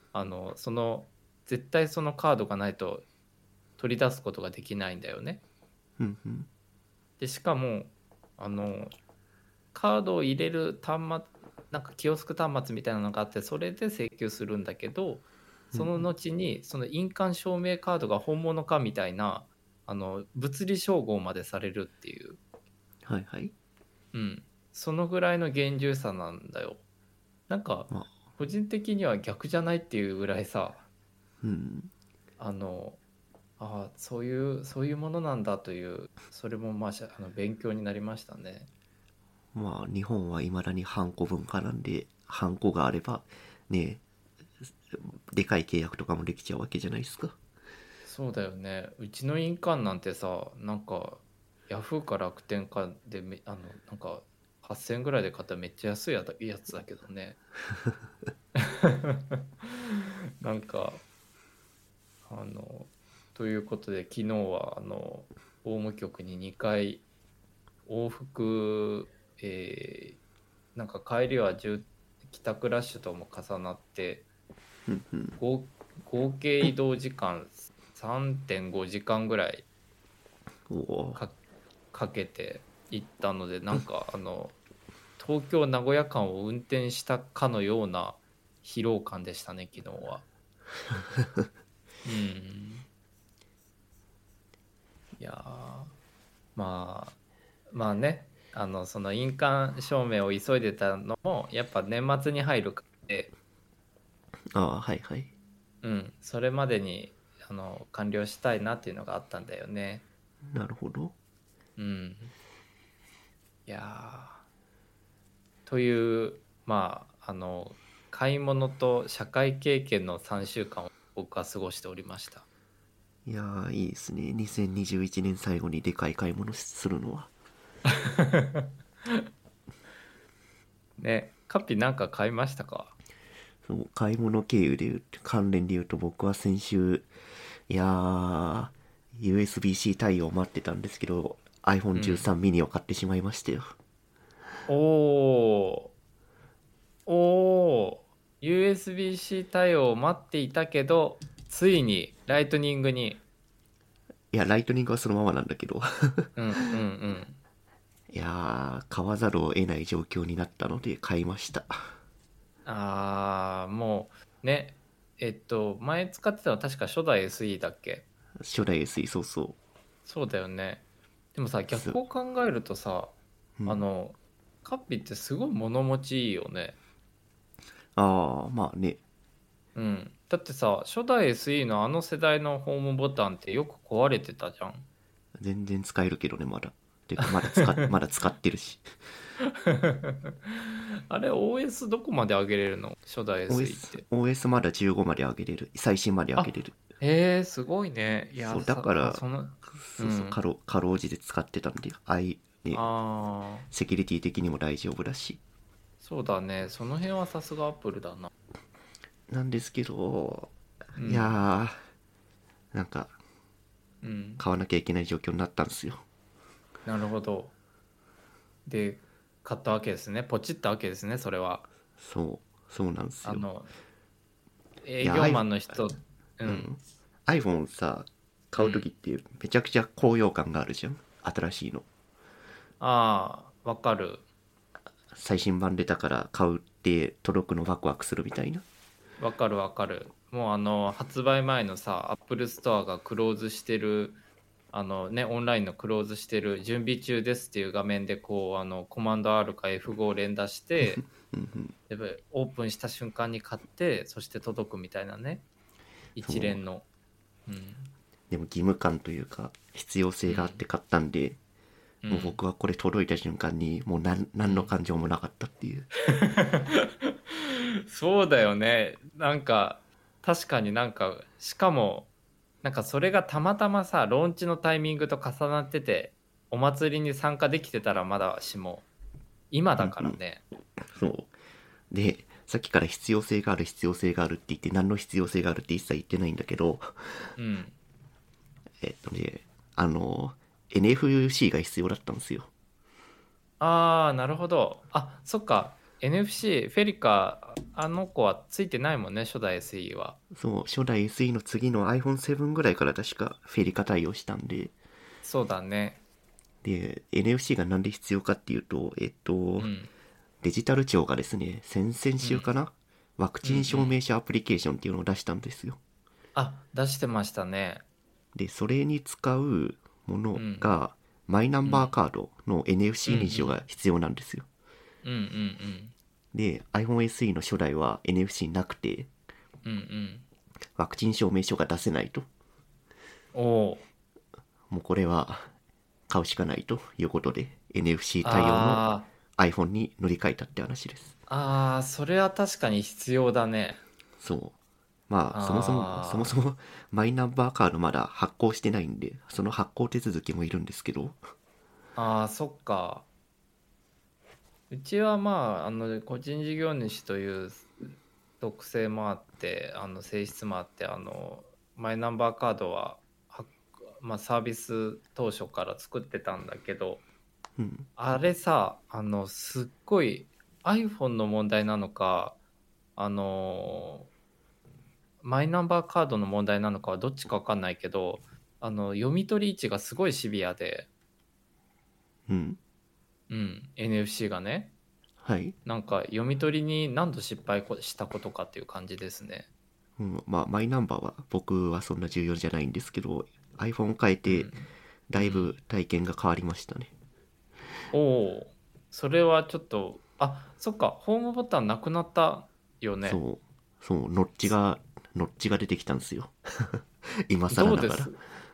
絶対そのカードがないと取り出すことができないんだよね。 うんうん。 でしかもあのカードを入れる端末、なんかキオスク端末みたいなのがあって、それで請求するんだけど、その後にその印鑑証明カードが本物かみたいな物理照合までされるっていう、 はいはい。 うん、そのぐらいの厳重さなんだよ。なんかまあ、 個人的には逆じゃないっていうぐらいさ、 うん。 あのそういうものなんだという、それもまあ勉強になりましたね。 まあ、日本は未だにハンコ文化なんで、ハンコがあれば、ね、でかい契約とかもできちゃうわけじゃないですか。 そうだよね。うちの印鑑なんてさ、なんかヤフーか楽天かでなんか8000円ぐらいで買ったらめっちゃ安いやつだけどね。なんかあのということで昨日は法務局に2回往復、なんか帰りは帰宅ラッシュとも重なって合合計移動時間3.5時間ぐらいおお。 かかけて行ったので、なんか東京名古屋間を運転したかのような疲労感でしたね昨日は。うん。いやまあね、 その印鑑証明を急いでたのもやっぱ年末に入るからで、 ああ、はいはい。 それまでに完了したいなっていうのがあったんだよね。 なるほど。 いやという買い物と社会経験の3週間を僕は過ごしておりました。 いやー、いいですね。2021年最後にでかい買い物するのは。 ね、カッピなんか買いましたか？ そう、買い物経由で関連で言うと、僕は先週、いやー、USB-C 対応待ってたんですけど、iPhone13 ミニを買ってしまいましたよ。 おお USB-C 対応を待っていたけどついにライトニングに。 いや、ライトニングはそのままなんだけど。 うんうんうん。 いやー、買わざるを得ない状況になったので買いました。 もうね、前使ってたのは確か初代 SE だっけ？ 初代 SE、そうそそうだよね。でもさ、 う。 逆を考えるとさ、 うん。 あのカッピってすごい物持ちいいよね。 あー、まあね。 だってさ、初代 SE のあの世代のホームボタンってよく壊れてたじゃん。 全然使えるけどね、まだ。てか、まだ使ってるし。 あれ OS どこまで上げれるの初代 SE っ て？ OS まだ15まで上げれる。最新まで上げあ、 れる。 へえ、すごいね。いやそう、だから、 その、 そうそう、かろうじて使ってたんで、ね、 ああ、 セキュリティ的にも大丈夫だし。 そうだね。その辺はさすがアップルだな。 なんですけど、いうん、 やー、なんか、 うん。 買わなきゃいけない状況になったんですよ。 なるほど。で、買ったわけですね。ポチったわけですね、それは。 そうなんですよ。 あの、 いや、 営業マンの人、うん。 うん。iPhone さ、買うときっうん。 てめちゃくちゃ高揚感があるじゃん。新しいの。 ああ、わかる。 最新版出たから買うって届くのワクワクするみたいな。 わかるわかる。もう発売前のさ、アップルストアがクローズしてる、オンラインのクローズしてる、準備中ですっていう画面で、こう、コマンド R か F5 を連打して、でオープンした瞬間に買って、そして届くみたいなね、 そう。 一連の。うん。 でも義務感というか、必要性があっうん。 て買ったんで、もううん。 僕はこれ届いた瞬間に、もう何のうん。 感情もなかったっていう。 そうだよね。なんか、確かになんか、しかも、なんかそれがたまたまさ、ローンチのタイミングと重なってて、お祭りに参加できてたらまだしも、今だからね。 そう。で、さっきから必要性があるって言って、何の必要性があるって一切言ってないんだけど、 うん。 えっとね、あの、NFC が必要だったんですよ。 ああ、なるほど。あ、そっか。NFC、フェリカ、あの子はついてないもんね、初代 SE は。 そう、初代 SE の次の iPhone7 ぐらいから確かフェリカ対応したんで、 そうだね。 で、NFC がなんで必要かっていうと、 うん。 デジタル庁がですね、先々 うん。 週かな、ワクうんうチン証ん。 明書アプリケーションっていうのを出したんですよ。 あ、出してましたね。 で、それに使うものうん。 が、マイナンバーうん。 カードのうんう NFC 認証ん。 が必要なんですよ。 うんうんで、iPhone SE の初代は NFC なくて、 うん。うんうん。 ワクチン証明書が出せないと。 おお。 もうこれは買うしかないということで、NFC 対応のあ iPhone に乗り換えたって話です。 それは確かに必要だね。 そう。まあ、そもあそもマイナンバーカードまだ発行してないんで、その発行手続きもいるんですけど、 そっか。うちはまあ、個人事業主という特性もあって、性質もあって、マイナンバーカードは、まあ、サービス当初から作ってたんだけど、 うん、 あれさ、すっごい iPhone の問題なのか、あの、マイナンバーカードの問題なのかはどっちか分かんないけど、読み取り位置がすごいシビアで、 うん、 NFC がね、 はい。 なんか読み取りに何度失敗したことかっていう感じですね。 うん、まあ、マイナンバーは僕はそんな重要じゃないんですけど、iPhone 変えて、 うん。 だいぶうん。 体験が変わりましたね。 おお、それはちょっと、あ、そっか、ホームボタンなくなったよね。 そう、ノッチが出てきたんですよ。今更ながら。 どうです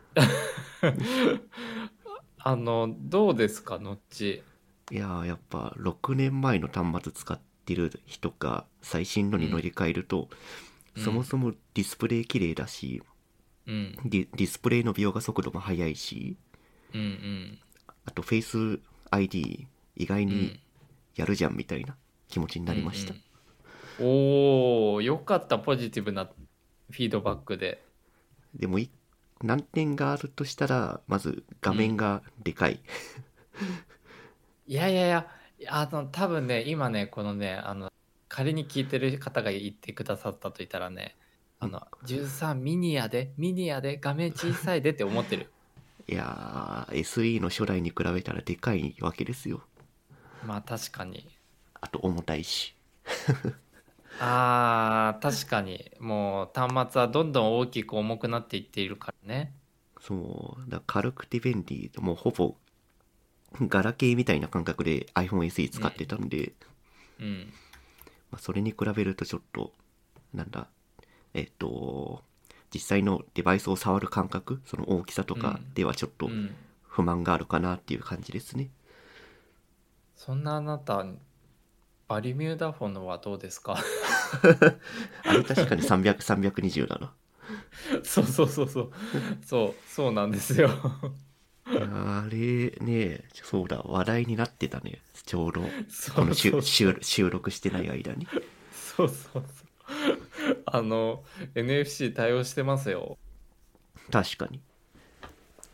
どうですか、ノッチ。 いやー、やっぱ6年前の端末使ってる人が最新のに乗り換えると、そもうん、 そもディスプレイ綺麗だし、 うん、 ディスプレイの描画速度も速いし、 うん、うん、 あとフェイス ID 意外にうん、 やるじゃんみたいな気持ちにうん、 なりました。 うん。おお、よかった、ポジティブなフィードバックで。 でも難点があるとしたら、まず画面うん。 がでかい。 いやいやいや、多分ね、今ね、このね、仮に聞いてる方が言ってくださったと言ったらね、13ミニやで、ミニやで、画面小さいでって思ってる。 いやー、SE の初代に比べたらでかいわけですよ。 まあ確かに。 あと重たいし。 確かに。もう端末はどんどん大きく重くなっていっているからね。 そう、だから軽くて便利。もうほぼガラケーみたいな感覚で iPhone SE 使ってたんで、 うん。 それに比べるとちょっと、なんだ、えっと、実際のデバイスを触る感覚、その大きさとかうん。 ではちょっとうん。 不満があるかなっていう感じですね。 そんなあなた、バリミューダフォンのはどうですか？ あれ確かに300、320だな。 そうそうそうそう。そうなんですよ。 いやー、あれね、そうだ、話題になってたね。ちょうど、このそうそうそう。 収録してない間に。 そうそうそう。NFC 対応してますよ。 確かに。 うん。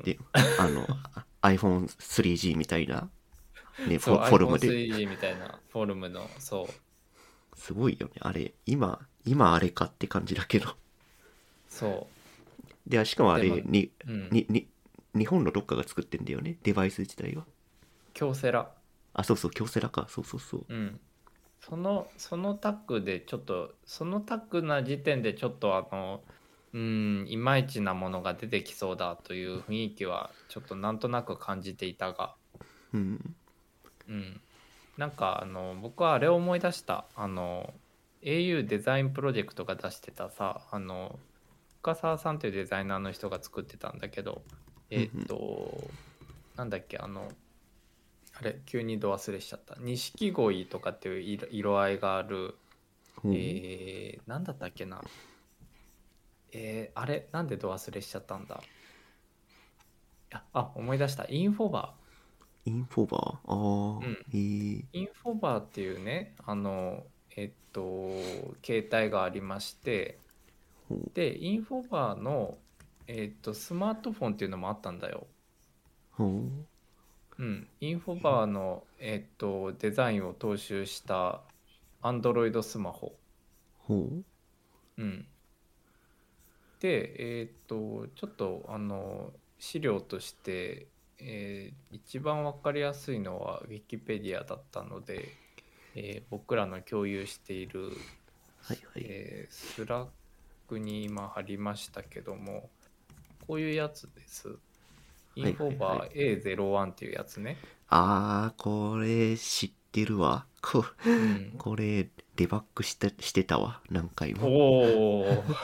で、iPhone 3G みたいな、ね、 そう、 フォルムで。 iPhone3G みたいなフォルムの、 すごいよね。あれ、今あれかって感じだけど。 そで、しかもう。でも、 あれ、 うん。 日本のどっかが作ってんだよね。デバイス自体は。 京セラ。 あ、そうそう、京セラか。そうそうそう。 うん。そのタッグでちょっと、そのタッグな時点でちょっといまいちなものが出てきそうだという雰囲気はちょっとなんとなく感じていたが、 うん。 うん。なんか僕はあれを思い出した。au デザインプロジェクトが出してたさ、深澤さんというデザイナーの人が作ってたんだけど、なんだっけ、あれ、急に度忘れしちゃった。錦鯉とかっていう色合いがある、 ほう。 なんだったっけな。あれ、なんで度忘れしちゃったんだ。思い出した。インフォバインフォバー。 ー。うん。 ー。 インフォバーっていうね、携帯がありまして、 ほう。 で、インフォバーの、スマートフォンっていうのもあったんだよ。 ほう。 うん。インフォバーの、デザインを踏襲した Android スマホ。 ほう。 うん。で、ちょっと、資料として、一番わかりやすいのは Wikipedia だったので、僕らの共有している、 はいはい。 スラックに今貼りましたけども、こういうやつです。イはいンフォはいはい。 バー A01 っていうやつね。 これ知ってるわ。 うん。 これ、デバッグしてたわ。何回も。 おー。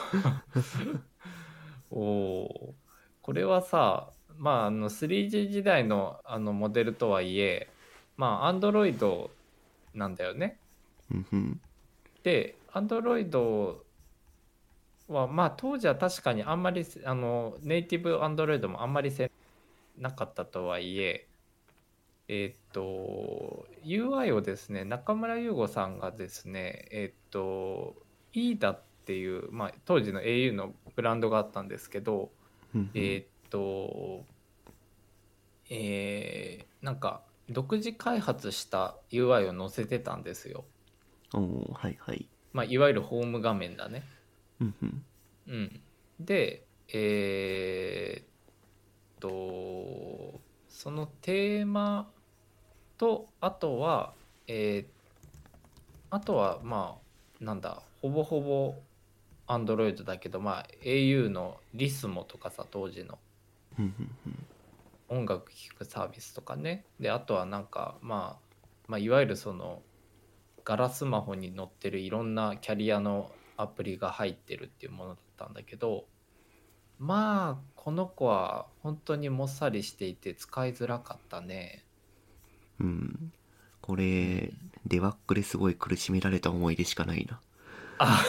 おー。これはさ、まあ、3G 時代のモデルとはいえ、まあ、Android なんだよね。 うんふん。 で、Android は、まあ、当時は確かにあんまり、ネイティブ Android もあんまりなかったとはいえ、UI をですね、中村優吾さんがですね、イーダっていう、まあ、当時の au のブランドがあったんですけど、 うんふん。 なんか独自開発した UI を載せてたんですよ。 おー、はいはい。 まあ、いわゆるホーム画面だね。 うんふん。 うん。で、そのテーマと、あとはまあ、なんだ、ほぼほぼ Android だけど、まあ、au のリスモとかさ、当時の。 うんふんふん。 音楽聴くサービスとかね。であとはなんかいわゆるそのガラスマホに載ってるいろんなキャリアのアプリが入ってるっていうものだったんだけど、まあこの子は本当にもっさりしていて使いづらかったね。 うん。こうれ、 ん、 デバッグですごい苦しめられた思い出しかないな。 あ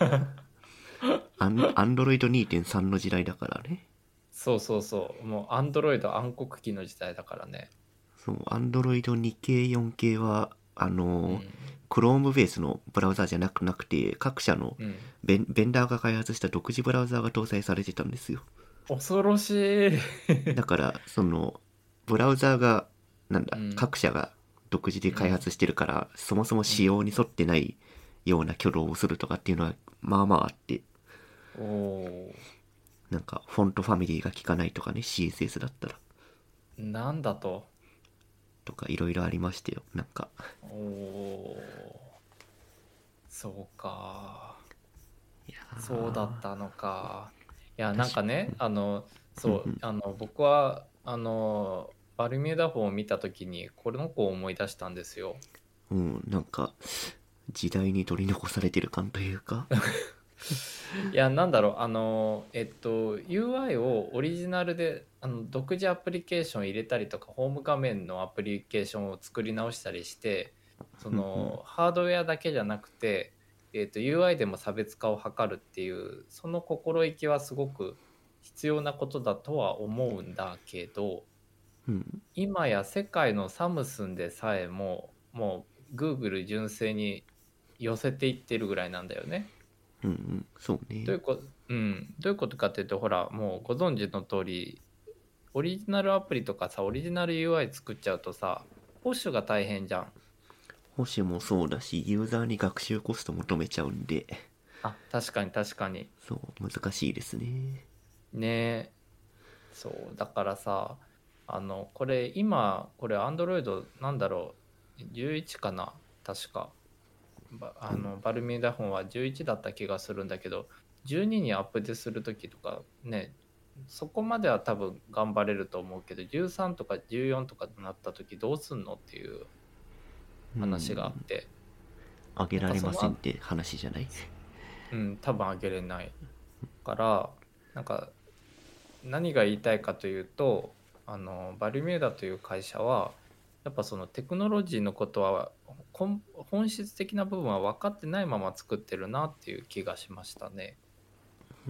アンドロイド2.3の時代だからね。 そうそうそう、もうアンドロイド暗黒期の時代だからね。 そう、アンドロイド2系、4系は、 うん Chrome ベースのブラウザじゃなくて、各社のうんベンダーが開発した独自ブラウザが搭載されてたんですよ。 恐ろしいだから、ブラウザが、 うん各社が独自で開うん発してるから、そもそも仕うん様に沿ってないような挙動をするとかっていうのは、まあまああって、 おおフォントファミリーが効かないとかね、CSS だったら。 ー、なんだと。 とか、いろいろありましたよ。 おおー、そうか、 いやそうだったのか。いや、なん確か、 かね、そう、 うん僕は、バルミューダフォンを見たときに、この子を思い出したんですよ。 うん、時代に取り残されてる感というか、 いや、なんだろう、UI をオリジナルで、独自アプリケーション入れたりとか、ホーム画面のアプリケーションを作り直したりして、そうんうん、 の、ハードウェアだけじゃなくて、UI でも差別化を図るっていう、その心意気はすごく必要なことだとは思うんだけど、 うん、 今や世界のサムスンでさえもう Google 純正に寄せていってるぐらいなんだよね。 うん、うん、そうね。 どういうこ、どういうことかっていうと、ほら、もうご存知の通り、オリジナルアプリとかさ、オリジナル UI 作っちゃうとさ、保守が大変じゃん。 保守もそうだし、ユーザーに学習コスト求めちゃうんで、 あ、確かに確かに。 そう、難しいですね。 ねえ。そう。だからさ、これ、今、これ、Android なんだろう、11かな確か。バルミューダフォンは11だった気がするんだけど、12にアップデートするときとかね、そこまでは多分頑張れると思うけど、13とか14とかになったときどうすんのっていうう話があっん、 て、 あげなんられませんっかその、 て話じゃない？ 多分上げれないから、なんか何が言いたいかというと、バルミューダという会社は、やっぱそのテクノロジーのことは本質的な部分は分かってないまま作ってるなっていう気がしましたね。 うん、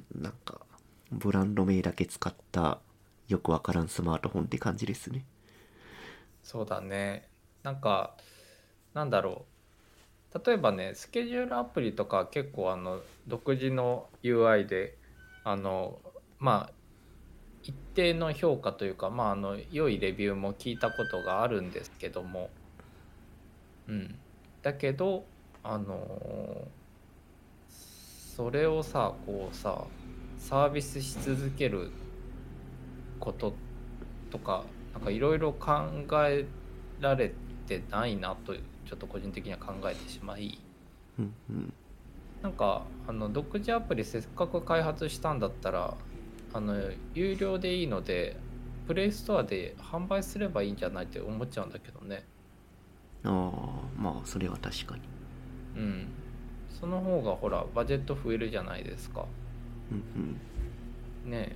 ブランド名だけ使ったよくわからんスマートフォンって感じですね。 そうだね。なんか、なんだろう。例えばね、スケジュールアプリとか結構独自の UI で、あの、まあ、一定の評価というか、良いレビューも聞いたことがあるんですけども、うん。だけど、あのそれをさ、こうさ、サービスし続けることとか、なんかいろいろ考えられてないなと、ちょっと個人的には考えてしまい、 うんうん。 なんか独自アプリせっかく開発したんだったら、有料でいいのでプレイストアで販売すればいいんじゃないって思っちゃうんだけどね。 ああ、まあそれは確かに。 うん。その方がほらバジェット増えるじゃないですか。 うんね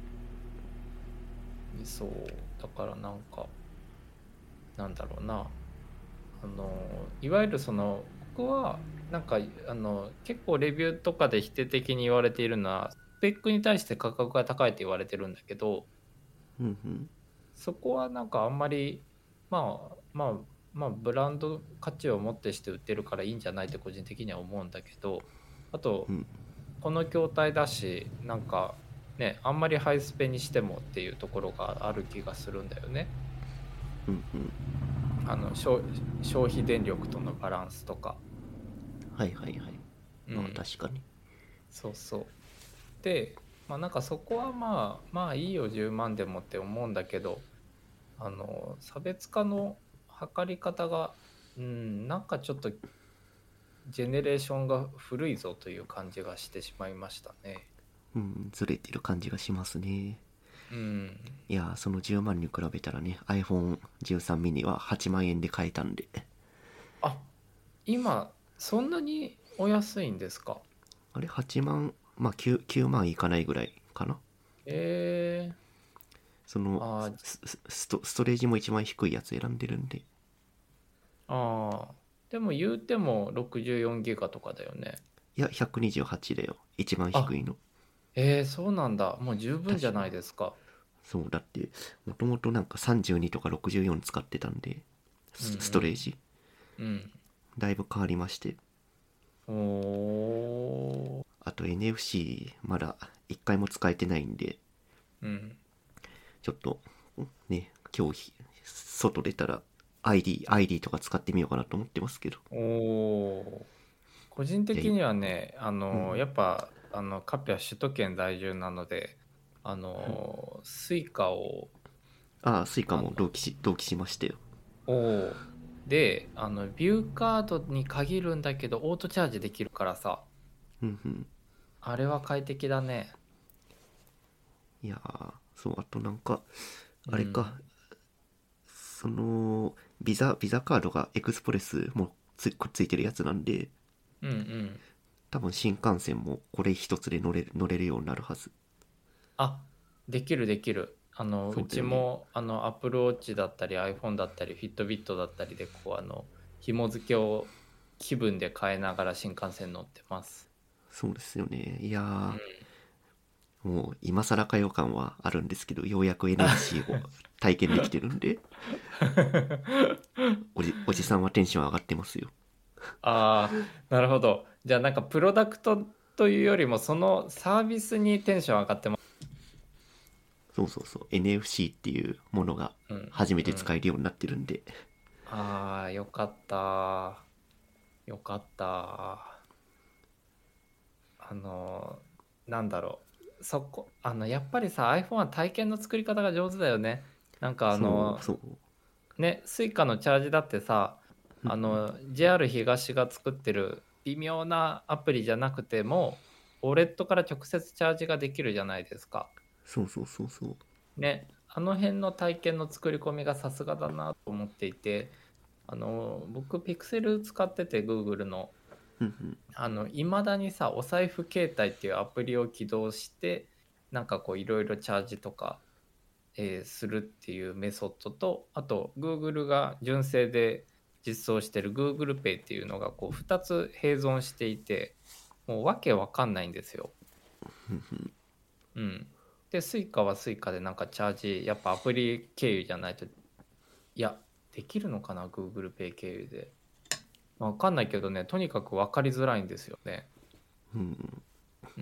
え。そうだからなんか、なんだろうな、いわゆるその、僕はなんか結構レビューとかで否定的に言われているのは、スペックに対して価格が高いって言われてるんだけど、 うん。うんそこはなんかあんまり、ブランド価値をもってして売ってるからいいんじゃないって個人的には思うんだけど、あとうん。 この筐体だし、なんかね、あんまりハイスペにしてもっていうところがある気がするんだよね。 うんうん。 消費電力とのバランスとか。 はいはいはい。まあうん、 確かに。 そうそう。で、なんかそこはまあいいよ10万でもって思うんだけど、差別化の測り方が、なんかちょっとジェネレーションが古いぞという感じがしてしまいましたね。 うん、ずれてる感じがしますね。 うんいやー、その10万に比べたらね、 iPhone13 mini は8万円で買えたんで、 あ、今そんなにお安いんですか？ あれ8万、まあ 9万いかないぐらいかな。 えそのあストレージも一番低いやつ選んでるんで。 でも言うても64ギガとかだよね。 いや128だよ、一番あ、 低いの。 そうなんだ。もう十分じゃない確か。 ですか。 そうだって、もともとなんか32とか64使ってたんで、 うんストレージうんだいぶ変わりまして。 うん。おー。 あと NFC まだ一回も使えてないんで、 うん。 ちょっとね、今日外出たら ID とか使ってみようかなと思ってますけど。 おー。個人いや的にはね、 うん、 やっぱカピは首都圏在住なので、スイカをああ、スイカあのも同期しましたよ。 おーでビューカードに限るんだけどオートチャージできるからさ、 うんうん。 あれは快適だね。 いやー、そう、あとなんか、 うあれか、 んその、ビザカードがエクスプレスもくっついてるやつなんで、 うんうん。 多分新幹線もこれ一つで乗れるようになるはず。 あ、できるできる。うそうだよね。 ちもApple Watch だったり iPhone だったり Fitbit だったりでこう紐付けを気分で変えながら新幹線乗ってます。 そうですよね。いやうん。 ー、もう今更かよ感はあるんですけど、ようやく NFC を体験できてるんで、おじさんはテンション上がってますよ。 ああ、なるほど。じゃあなんかプロダクトというよりもそのサービスにテンション上がってます。 そうそうそう。NFC っていうものがうん初めてうん。 使えるようになってるんで。 ああ、よかった。よかった。あの、なんだろう。やっぱりさ、iPhone は体験の作り方が上手だよね。なんかそうそう。 ね、スイカのチャージだってさ、JR 東が作ってる微妙なアプリじゃなくても、ウォレットから直接チャージができるじゃないですか。 そうそうそうそう。 ね、あの辺の体験の作り込みがさすがだなと思っていて、僕、ピクセル使ってて、Google の。 うんうん。 いまだにさ、お財布携帯っていうアプリを起動して、なんかこう、いろいろチャージとか、するっていうメソッドと、あと Google が純正で実装してる Google Pay っていうのがこう2つ併存していて、もうわけわかんないんですよ。うん。で、Suica は Suica でなんかチャージ、やっぱアプリ経由じゃないと、いや、できるのかな Google Pay 経由で。わかんないけどね、とにかくわかりづらいんですよね。 うん。 うん。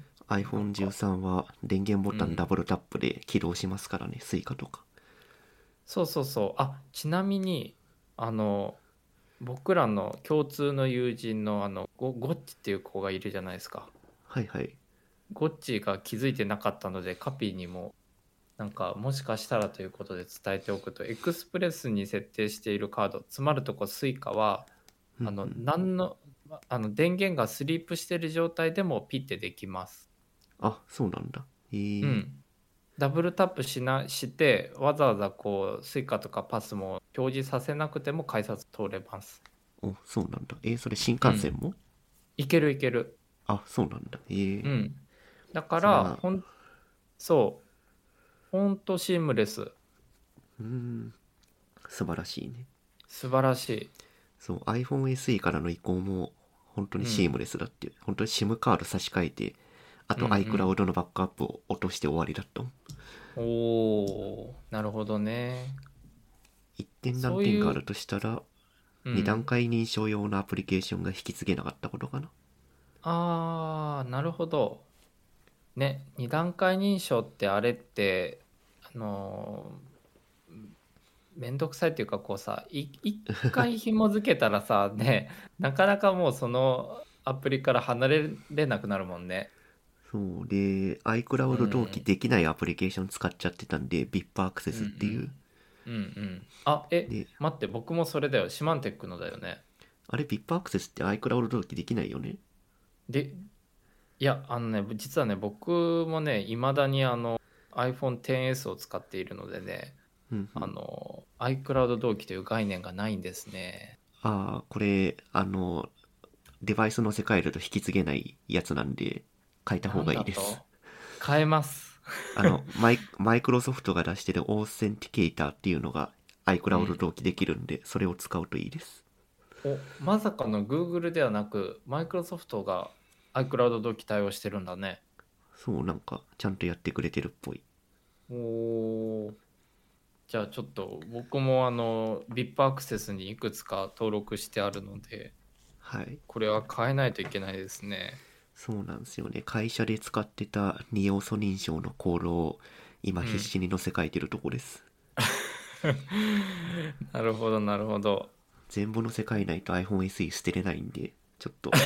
なんか、 iPhone13 は電源ボタンダうん。 ブルタップで起動しますからね、スイカとか。 そうそうそう。あ、ちなみに、あの、僕らの共通の友人のゴッチっていう子がいるじゃないですか。 はいはい。 ゴッチが気づいてなかったので、カピーにもなんかもしかしたらということで伝えておくと、エクスプレスに設定しているカード、つまるとこスイカは、 うんうん。 何の、電源がスリープしている状態でもピッてできます。 あ、そうなんだ。 うん。ダブルタップして、わざわざこう、スイカとかパスも表示させなくても改札通れます。 お、そうなんだ。それ新うん。 幹線も？ いけるいける。 あ、そうなんだ。 うん。だから、 それは、 そう、ほんとシームレス。 うーん、素晴らしいね。 素晴らしい。 そう、iPhone SE からの移行も、本当にシーうん。 ムレスだって。本当に SIM カード差し替えて、あとうん iCloud のバックアップを落として終わりだったもん。 うん。おー、なるほどね。 一点難そういう、 点があるとしたら、二段うん。 階認証用のアプリケーションが引き継げなかったことかな。 あー、なるほど。ね、二段階認証ってあれって、めんどくさいっていうかこうさ、一回紐付けたらさ、ね、なかなかもうそのアプリから離れなくなるもんね。 そうで、 う iCloud 同期ん。 できないアプリケーション使っちゃってたんで、VIP アクセうんうスっていう。 ん。うんうん。 で、 待って、僕もそれだよ。シマンテックのだよね。 あれ VIP アクセスって iCloud 同期できないよね。 で、いや、実はね、僕もね、いまだに iPhone XS を使っているのでね、 うんうん、 iCloud 同期という概念がないんですね。 これ、デバイスの世界だと引き継げないやつなんで、変えた方なんがいいです。 だと変えます。 マイクロソフトが出してるオーセンティケーターっていうのがう iCloud ん。 同期できるんで、それを使うといいです。 まさかの Google ではなく、Microsoft が iCloud 同期対応してるんだね。 そう、なんか、ちゃんとやってくれてるっぽい。 おー、じゃあちょっと僕もVIP アクセスにいくつか登録してあるので、 はい。 これは変えないといけないですね。 そうなんですよね。会社で使ってた二要素認証のコードを今うん。 必死に載せ替えてるとこです。 なるほど、なるほど。 全部載せ替えないと iPhone SE 捨てれないんで、ちょっと。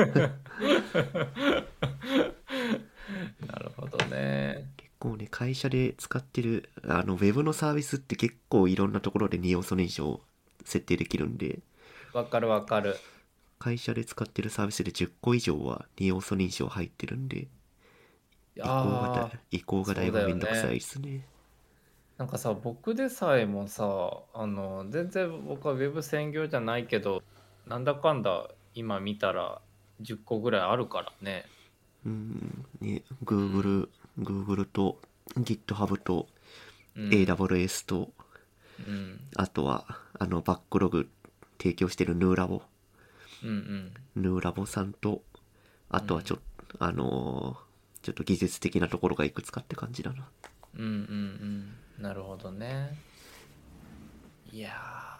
なるほどね。 結構ね、会社で使ってる、ウェブのサービスって結構いろんなところで二要素認証設定できるんで、 わかるわかる。 会社で使ってるサービスで10個以上は二要素認証入ってるんで、 ああ、 移行がだいぶそうだめんどくさいよね。 ですね。 なんかさ、僕でさえもさ、全然僕はウェブ専業じゃないけど、なんだかんだ今見たら10個ぐらいあるからね。 ね、 うん。 Google と GitHub とうん。 AWS と、 うん。 あとは、バックログ提供してるうん。 ヌーラボさんと、あうん。 とはちょっと技術的なところがいくつかって感じだな。 うんうんうん。なるほどね。いや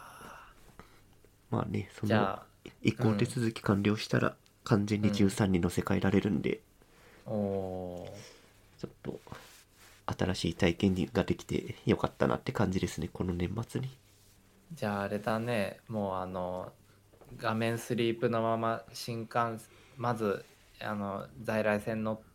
まあね、 じゃあ、 移行手うん。 続き完了したら完全にうん。 13に乗せ替えられるんで、 おー。 ちょっと新しい体験ができてよかったなって感じですね、この年末に。 じゃああれだね。もう画面スリープのまままず在来線乗って、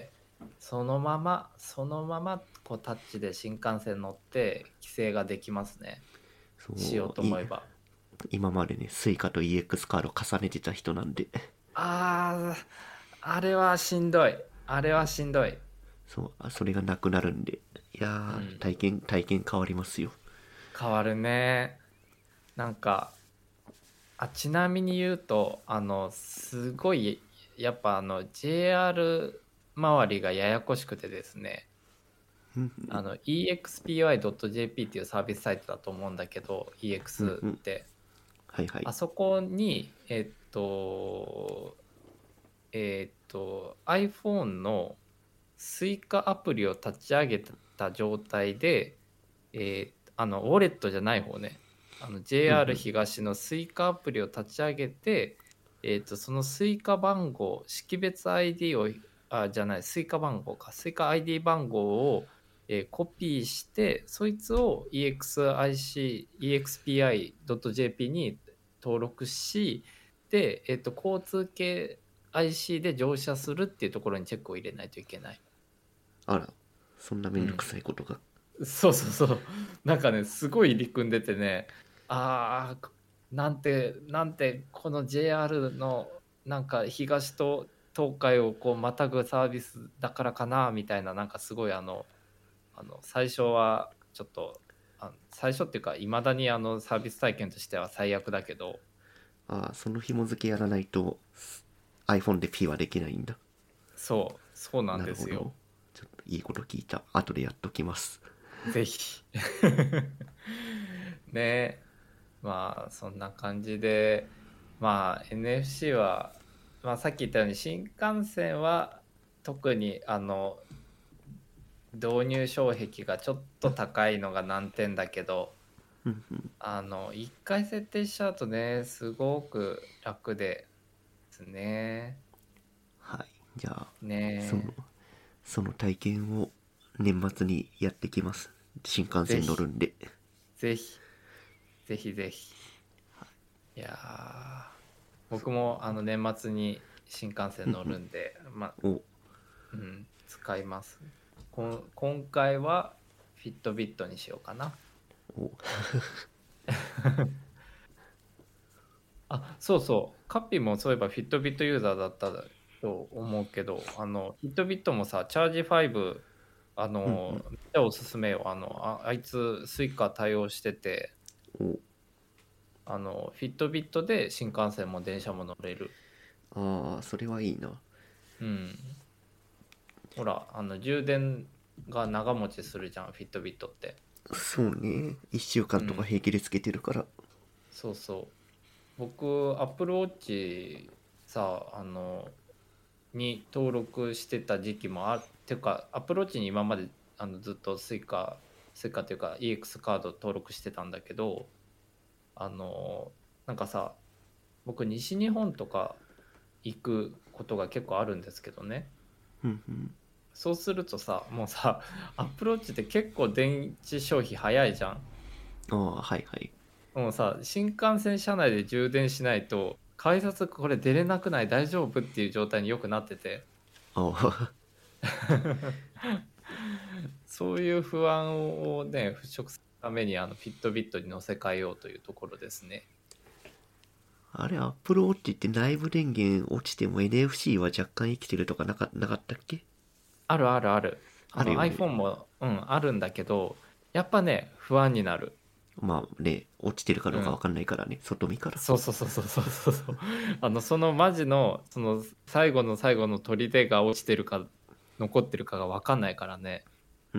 そのままこうタッチで新幹線乗って帰省ができますね。しようそう、 と思えば。 今までね、スイカと EX カード重ねてた人なんで、 あー、あれはしんどい。あれはしんどい。 そう、それがなくなるんで、いやー、 うん。 体験変わりますよ。 変わるね。なんか、ちなみに言うと、すごい、やっぱJR 周りがややこしくてですね、expy.jp っていうサービスサイトだと思うんだけど、EX って。 はいはい。 あそこに、iPhone の Suica アプリを立ち上げた状態で、ウォレットじゃない方ね。JR 東の Suica アプリを立ち上げて、その Suica 番号、識別 ID を、じゃない、Suica 番号か、Suica ID 番号を、コピーして、そいつを expI.jp に登録し、で、交通系 IC で乗車するっていうところにチェックを入れないといけない。 あら、そんなめんどくうん。 さいことが。 そうそうそう。なんかね、すごい入り組んでてね、なんて、この JR のなんか東と東海をこうまたぐサービスだからかな、みたいな、なんかすごい最初はちょっと、最初っていうか、いまだにサービス体験としては最悪だけど、 ああ、その紐付けやらないと iPhone で P はできないんだ。 そうなんなるほど。 ですよ。 ちょっといいこと聞いた。後でやっときます。 ぜひ。ね。まあそんな感じで、まあ NFC は、まあ、さっき言ったように新幹線は特に導入障壁がちょっと高いのが難点だけど、一回設定しちゃうとね、すごく楽ですね。 はい。じゃあ、その、 ねその体験を年末にやってきます。新幹線乗るぜひ、 んで。 ぜひ、ぜひぜひ。いやー、僕も年末に新幹線乗るんで、まあ、 お、 うん、使います。今回はフィットビットにしようかな。 お、 そうそう。カッピーもそういえばフィットビットユーザーだったと思うけど、フィットビットもさ、チャージ5 めっちゃおすすめよ。あいつスイカ対応してて、 お、 フィットビットで新幹線も電車も乗れる。 ああ、それはいいな。 うん。ほら、充電が長持ちするじゃん、フィットビットって。 そうね。1週間とかうん。 平気でつけてるから。 そうそう。僕、Apple Watch さ、に登録してた時期もてか、Apple Watch に今までずっとスイカっていうか EX カード登録してたんだけど、あの、なんかさ、僕、西日本とか行くことが結構あるんですけどね。 うんうん。 そうするとさ、もうさ、アプローチって結構電池消費早いじゃん。 ああ、はいはい。 もうさ、新幹線車内で充電しないと、改札これ出れなくない大丈夫っていう状態によくなってて。 ああ、 そういう不安をね、払拭するためにフィットビットに乗せ替えようというところですね。 あれ、アップルウォッチって内部電源落ちても NFC は若干生きてるとかなかったっけ？ あるあるある。 あるよね。 iPhone も、あるんだけど、やっぱね、不安になる。 まあね、落ちてるかうん。 どうかわかんないからね、外見から。 そうそうそうそうそうそうそう。そのマジの、その最後の最後の砦が落ちてるか、残ってるかが分かんないからね。 うんうん。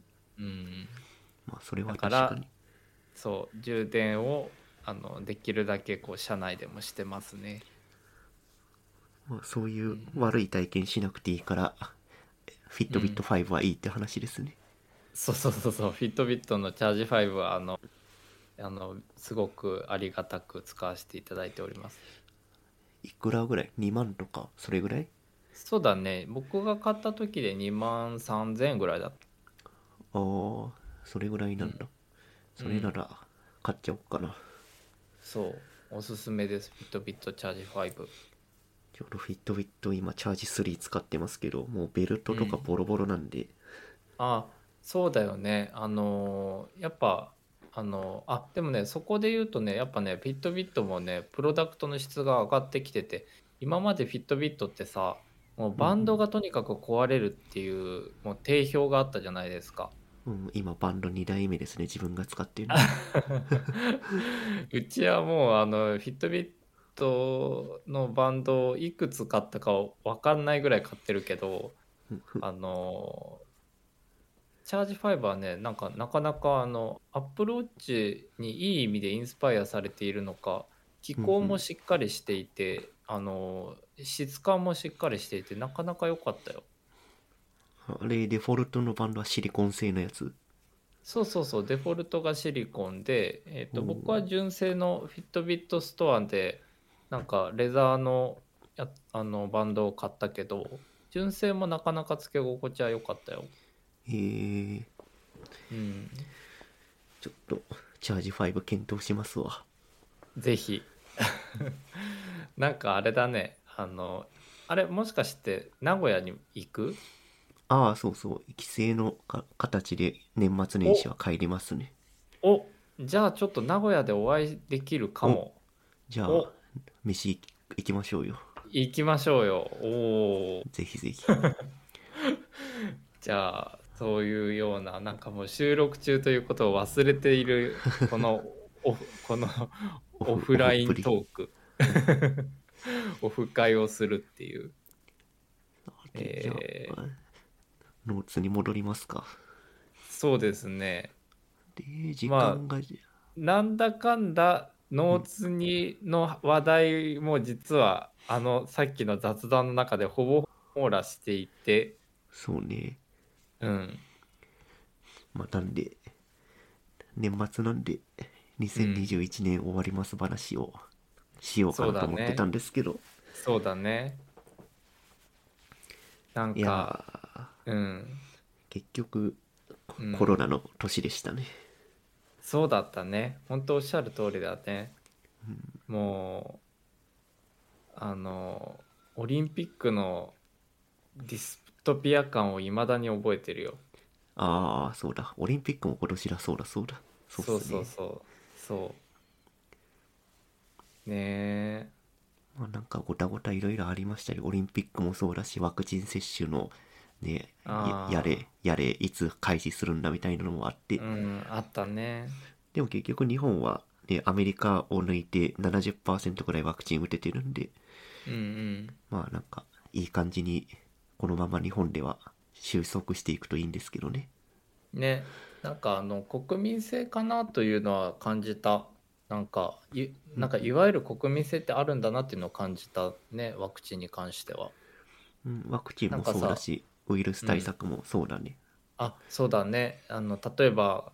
うん。 まあ、それだは確かに。 から、そう、充電を、できるだけこう、車内でもしてますね。 まあ、そういううん。 悪い体験しなくていいから、フィットビットうん。 5はいいって話ですね。 そうそうそうそう、フィットビットのチャージ5は、すごくありがたく使わせていただいております。 いくらぐらい？ 2 万とか、それぐらい？ そうだね。僕が買った時で2万3000円ぐらいだった。 ああ、それぐらいなんだ。 うん。 それなら、買っちゃおっかな。 そう。おすすめです。フィットビットチャージ5。 ちょうどフィットビット今チャージ3使ってますけど、もうベルトとかうん。 ボロボロなんで、 あ、そうだよね。やっぱ、でもね、そこで言うとね、やっぱね、フィットビットもね、プロダクトの質が上がってきてて、今までフィットビットってさ、もうバンドがとにかく壊れるっていう、もう定評があったじゃないですか。 うん、今バンド2代目ですね、自分が使ってるの。 うちはもうフィットビットのバンドをいくつ買ったか分かんないぐらい買ってるけど、あのチャージ5はね、なんかなかなかアップルウォッチにいい意味でインスパイアされているのか、機構もうんうん。 しっかりしていて、質感もしっかりしていて、なかなか良かったよ。 あれ、デフォルトのバンドはシリコン製のやつ？ そうそうそう、デフォルトがシリコンで、 おー、 僕は純正のフィットビットストアで、なんかレザーのバンドを買ったけど、純正もなかなかつけ心地は良かったよ。 えー、 うん。 ちょっと、チャージ5検討しますわ。 ぜひ。なんかあれだね。あれもしかして名古屋に行く？ ああ、そうそう、帰省の形で年末年始はお、 帰りますね。 じゃあちょっと名古屋でお会いできるかお、 も。 じゃあ、 お、 飯行きましょうよ。 行きましょうよ。おー。 ぜひぜひ。 じゃあ、そういうような、なんかもう収録中ということを忘れている、このオフオフっラインぷり。 トーク。オフ会をするっていう。 で、じゃあ、 えノーツに戻りますか。 そうですね。 で、時まあ、 間が、 なんだかんだ、ノーうん、 ツにの話題も実は、さっきの雑談の中でほぼ網羅していて、 そうね。 うん、 まあ、なんで、年末なんで、2021 うん、 年終わります話をしようかそうなと思ってただね。 んですけど、 そうだね。なんいやか、 ー、 うん、 結局、 うん。 コロナの年でしたね。 そうだったね。本当おっしゃる通りだね。もう、オリンピックのディストピア感を未だに覚えてるよ。 ああ、そうだ。オリンピックも今年だ、そうだ、そうだ。そうっそうそうすね。 そう。そうねまあなんかごたごたいろいろありましたり、オリンピックもそうだし、ワクチン接種のね、やあれ、やれ、いつ開始するんだみたいなのもあって、 あったね。 でも結局日本は、ね、アメリカを抜いて70%くらいワクチン打ててるんで、 うん。 まあなんか、いい感じに、このまま日本では収束していくといいんですけどね。 ね、なんか国民性かなというのは感じた。なんかいわゆる国民性ってあるんだなっていうのを感じたね、ワクチンに関しては。 うん、ワクチンもなんかさ、 そうだし、ウイルスうん、 対策もそうだね。 そうだね。例えば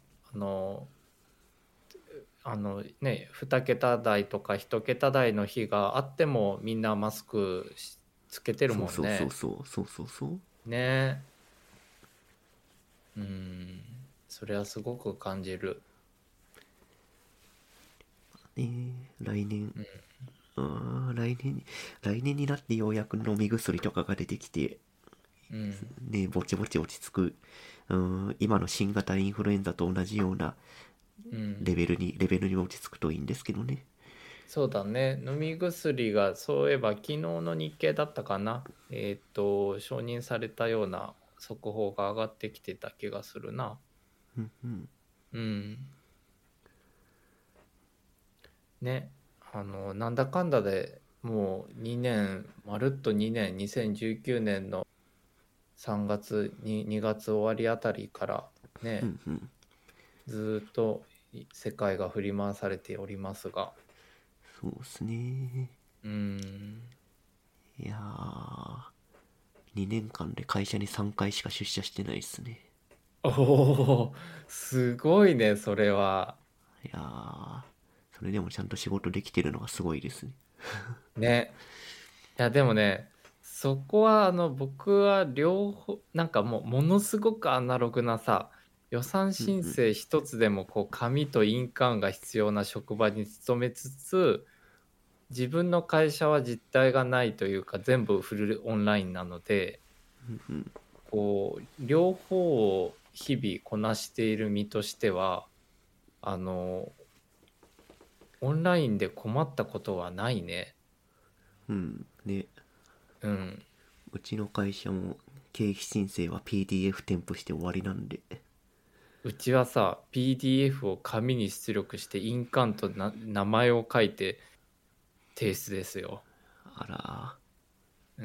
2桁台とか1桁台の日があってもみんなマスクつけてるそうそうそうもんね。 そう、そうそうそう。 ね。うん、それはすごく感じる。 来年、 うん、 来年になってようやく飲み薬とかが出てきて、 うん、 ね、ぼちぼち落ち着く。今の新型インフルエンザと同じようなうん。 レベルに落ち着くといいんですけどね。 そうだね。飲み薬が、そういえば昨日の日経だったかな。承認されたような速報が上がってきてた気がするな。 うんうん。 うん。ね。なんだかんだでもう2年、まるっと2年、2019年の3月に2月終わりあたりからね、 うんうん。 ずーっと世界が振り回されておりますが、 そうっすね。 うん。 いやー、2年間で会社に3回しか出社してないっすね。 おお、すごいね、それは。 いやー、それでもちゃんと仕事できてるのがすごいですね。 ね。いや、でもね、そこは僕は両方、なんかもうものすごくアナログなさ、予算申うんうん。 請一つでもこう紙と印鑑が必要な職場に勤めつつ、自分の会社は実体がないというか全部フルオンラインなので、こう両方を日々こなしている身としては、あのオンラインで困ったことはないね。 うん。ね、 うん。 うちの会社も経費申請は PDF 添付して終わりなんで。 うちはさ、PDF を紙に出力して印鑑と名前を書いて提出ですよ。 あらうん。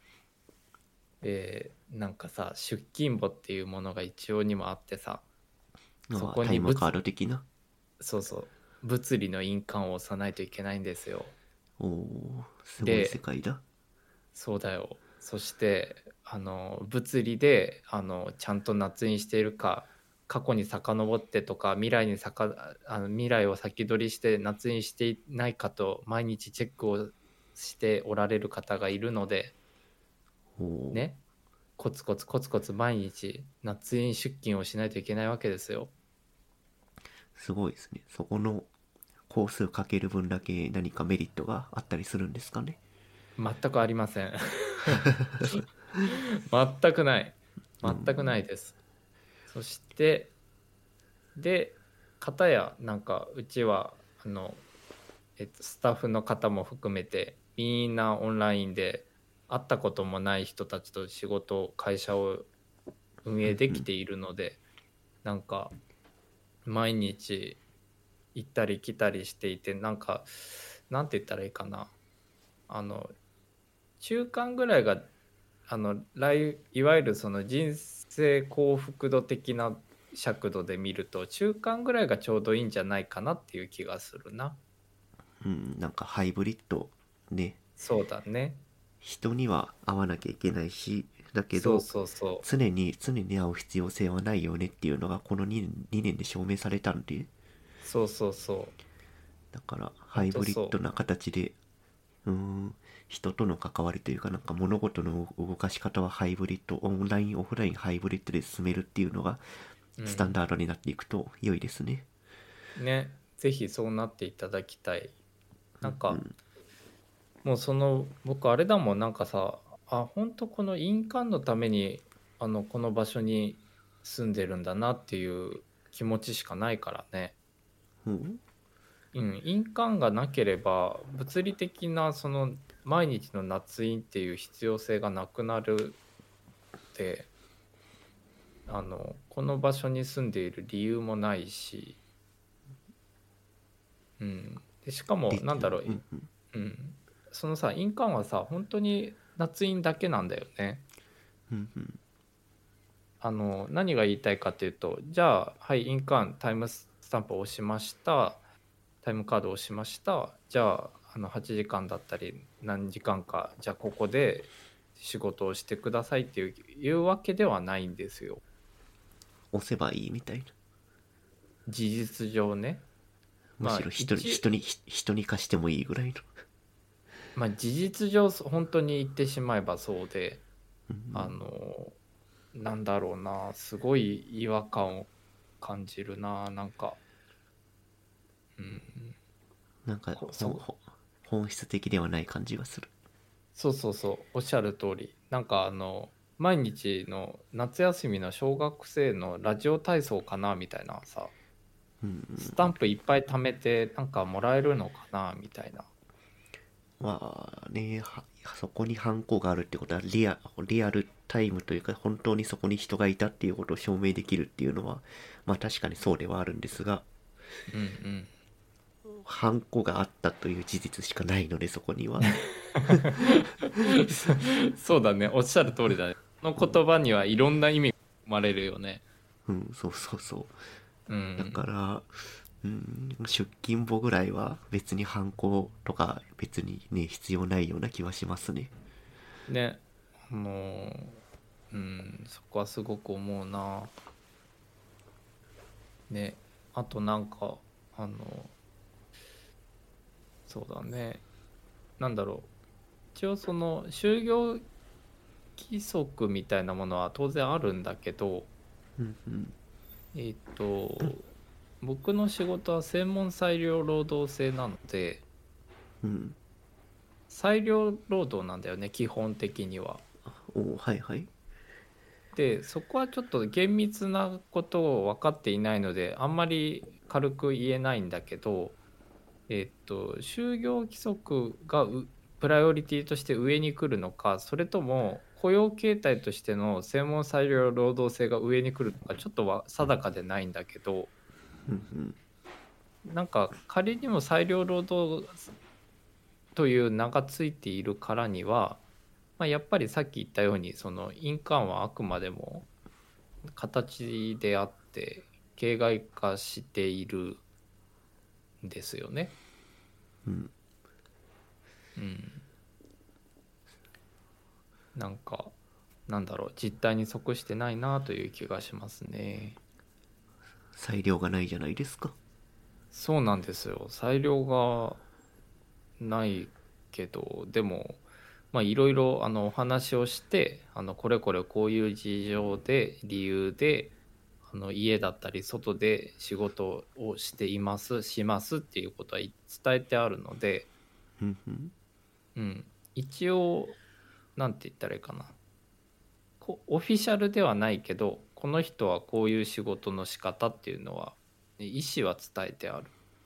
で、なんかさ、出勤簿っていうものが一応にもあってさ、 ー、 そあ、タイムカーこにド的な。 そうそう、物理の印鑑を押さないといけないんですよ。 おー、すごい世で、 界だ。 そうだよ。そして、物理で、ちゃんと捺印しているか、過去に遡ってとか、未来を先取りして捺印していないかと、毎日チェックをしておられる方がいるので、 おー、 ね、コツコツコツコツ毎日、捺印出勤をしないといけないわけですよ。 すごいですね。そこの工数かける分だけ何かメリットがあったりするんですかね。 全くありません。全くない。 うん、 全くないです。そして、で、片やなんかうちはスタッフの方も含めてみんなオンラインで会ったこともない人たちと会社を運営できているので、なんか毎日行ったり来たりしていて、なんて言ったらいいかな、あの中間ぐらいがいわゆるその人生幸福度的な尺度で見ると中間ぐらいがちょうどいいんじゃないかなっていう気がするな。 うん、なんかハイブリッドね、 そうだね。 人には会わなきゃいけないし、だけそうどそうそ常に会う必要性はないよねっていうのがこの2年で証明されたんで、 うそうそうそう。 だからハ本イ当そブリッドな形で、うーん、人との関わりというかなんか物事の動かし方はハイブリッド、オンラインオフラインハイブリッドで進めるっていうのがう。うスタンん。 ダードになっていくと良いですね。 ね、ぜひそうなっていただきたい。なんかもう僕あれだもん、なんかさ、本当この印鑑のためにこの場所に住んでるんだなっていう気持ちしかないからね。 うん、 うん、印鑑がなければ物理的なその毎日の捺印っていう必要性がなくなるで、この場所に住んでいる理由もないし、でしかもなんだろう、そのさ印鑑はさ本当に捺印だけなんだよね。何が言いたいかっていうと、じゃあはい印鑑タイムスタンプを押しました、タイムカードを押しました、じゃあ8時間だったり何時間かじゃあここで仕事をしてくださいっていうわけではないんですよ。 押せばいいみたいな。 事実上ね。 むしろ人に貸してもいいぐらいの。 事実上本当に言ってしまえばそうで、なんだろうな、すごい違和感を感じるな、なんか。 なんか本質的ではない感じがする。 そうそうそう、おっしゃる通り。なんか毎日の夏休みの小学生のラジオ体操かなみたいなさ、スタンプいっぱい貯めてなんかもらえるのかなみたいな。 まあね、そこにハンコがあるってことはリアルタイムというか、本当にそこに人がいたっていうことを証明できるっていうのは、まあ確かにそうではあるんですが、ハンコがあったという事実しかないので、そこには。 そうだね、おっしゃる通りだね。この言葉にはいろんな意味が生まれるよね。 そうそうそう。だから、出勤簿ぐらいは別にハンコとか別にね、必要ないような気はしますね。 ね、そこはすごく思うな。ね、あとなんかそうだね、なんだろう、一応その就業規則みたいなものは当然あるんだけど、僕の仕事は専門裁量労働制なので、裁量労働なんだよね基本的には。 はいはい。 でそこはちょっと厳密なことを分かっていないのであんまり軽く言えないんだけど、就業規則がプライオリティとして上に来るのか、それとも雇用形態としての専門裁量労働制が上に来るのかちょっとは定かでないんだけど、なんか仮にも裁量労働という名がついているからには、やっぱりさっき言ったようにその印鑑はあくまでも形であって形骸化しているんですよね。なんかなんだろう、実態に即してないなという気がしますね。 裁量がないじゃないですか。 そうなんですよ、裁量がないけど、でもいろいろお話をして、これこれこういう事情で理由で家だったり外で仕事をしていますしますっていうことは伝えてあるので、一応なんて言ったらいいかな、オフィシャルではないけどこの人はこういう仕事の仕方っていうのは意思は伝えてある。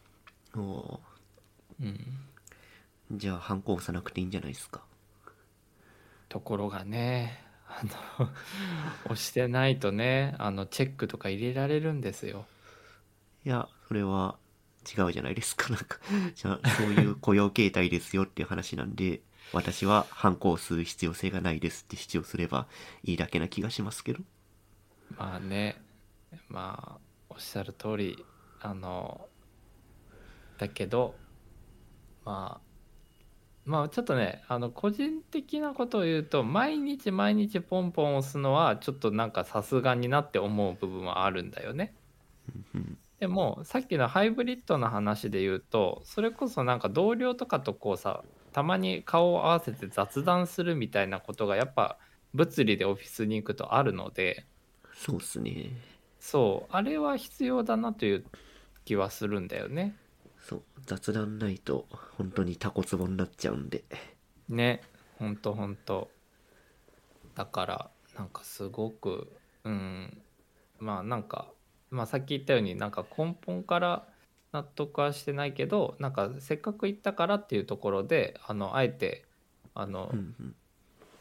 じゃあハンコ押さなくていいんじゃないですか。 ところがね、押してないとね、チェックとか入れられるんですよ。 いや、それは違うじゃないですか。なんか、じゃあ、そういう雇用形態ですよっていう話なんで、私はハンコを吸う必要性がないですって主張すればいいだけな気がしますけど。 まあね、おっしゃる通り、だけど、ちょっとね、個人的なことを言うと、毎日毎日ポンポン押すのは、ちょっとなんかさすがになって思う部分はあるんだよね。でも、さっきのハイブリッドの話で言うと、それこそなんか同僚とかとこうさ、たまに顔を合わせて雑談するみたいなことが、やっぱ物理でオフィスに行くとあるので、 そうっすね。 そう、あれは必要だなという気はするんだよね。 そう、雑談ないと本当にタコツボになっちゃうんで。 ね、ほんとほんと。だからなんかすごくなんかさっき言ったようになんか根本から納得はしてないけど、なんかせっかく言ったからっていうところであえて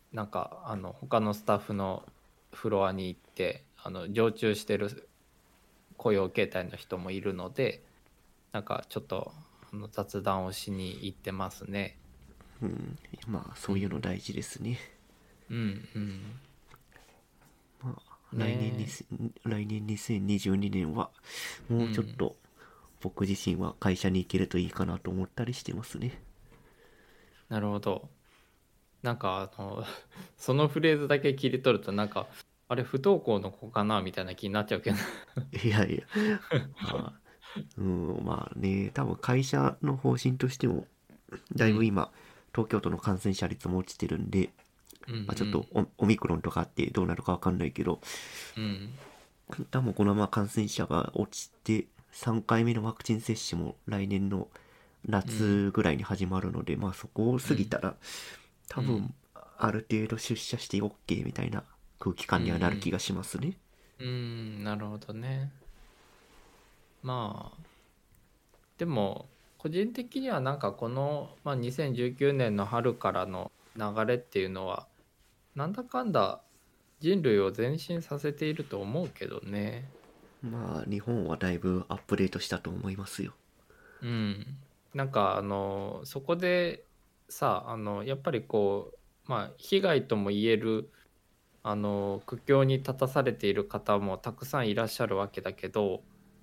なんか他のスタッフのフロアに行って常駐してる雇用形態の人もいるので、なんかちょっと雑談をしに行ってますね。 うん、まあそういうの大事ですね。 うんうんまあね来年2022年はえ。 もうちょっと僕自身は会社に行けるといいかなと思ったりしてますね。 なるほど。なんかそのフレーズだけ切り取るとなんかあれ不登校の子かなみたいな気になっちゃうけど。 いやいや、まあ、まあね、多分会社の方針としてもだいぶ今、東京都の感染者率も落ちてるんで、 うんうんまあ、ちょっとオミクロンとかあってどうなるかわかんないけど、 うん多分このまま感染者が落ちて3回目のワクチン接種も来年の夏ぐらいに始まるので、まあそこを過ぎたら多分ある程度出社して OK みたいな空気感にはなる気がしますね。 なるほどね。まあでも個人的にはなんかこの、2019年の春からの流れっていうのはなんだかんだ人類を前進させていると思うけどね。 まあ日本はだいぶアップデートしたと思いますよ。 なんかそこでさやっぱりこう被害とも言える苦境に立たされている方もたくさんいらっしゃるわけだけど、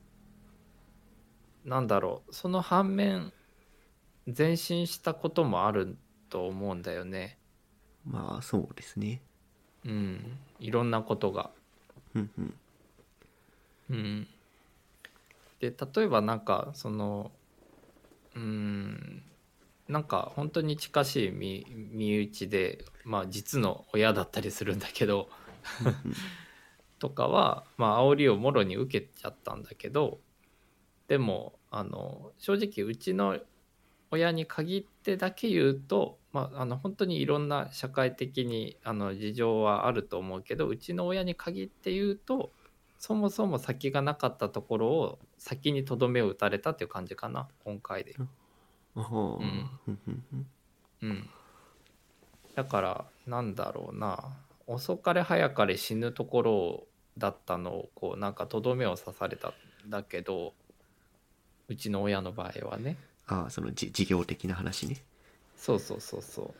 なんだろう、その反面前進したこともあると思うんだよね。 まあそうですね。 いろんなことが。 うんうん。 うんで例えばなんかうーんなんか本当に近しい身内で実の親だったりするんだけどとかは煽りをもろに受けちゃったんだけど、でも正直うちの親に限ってだけ言うと、本当にいろんな社会的に事情はあると思うけど、うちの親に限って言うとそもそも先がなかったところを先にとどめを打たれたっていう感じかな今回で。 ああ、 うんふんふんふん。 うんだからなんだろうな、遅かれ早かれ死ぬところだったのをこうなんかとどめを刺されたんだけど、うちの親の場合はね。 ああ、その事業的な話ね。 そうそうそうそう。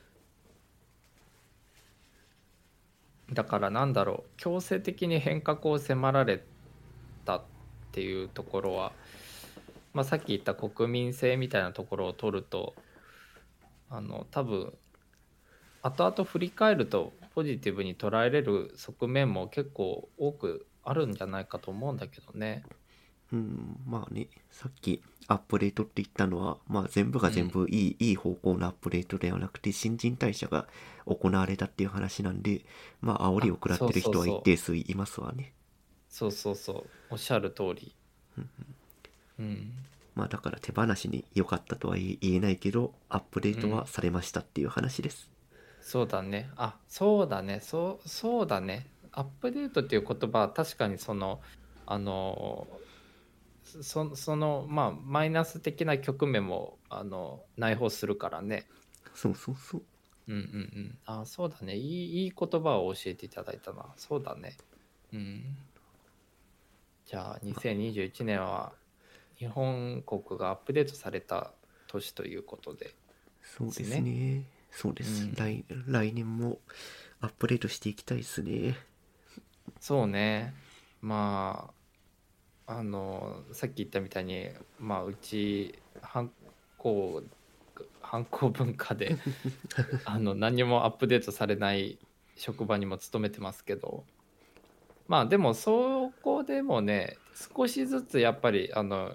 だからなんだろう、強制的に変革を迫られたっていうところは、さっき言った国民性みたいなところを取ると多分後々振り返るとポジティブに捉えれる側面も結構多くあるんじゃないかと思うんだけどね。 まあね、さっきアップデートって言ったのは、まあ全部が全部いい方向のアップデートではなくて、新陳代謝が行われたっていう話なんで、まあ煽りを食らってる人は一定数いますわね。 そうそうそう、おっしゃる通り。 まあだから手放しに良かったとは言えないけど、アップデートはされましたっていう話です。 そうだね。そうだね。そうだね。アップデートっていう言葉は確かにあのマイナス的な局面も内包するからね。 そうそうそう。 そうだね。いい言葉を教えていただいたな。そうだね。じゃあ2021年は日本国がアップデートされた年ということでそうですね。そうです。来年もアップデートしていきたいですね。 そうね。さっき言ったみたいにうち反抗文化で何もアップデートされない職場にも勤めてますけど、でもそこでもね少しずつやっぱり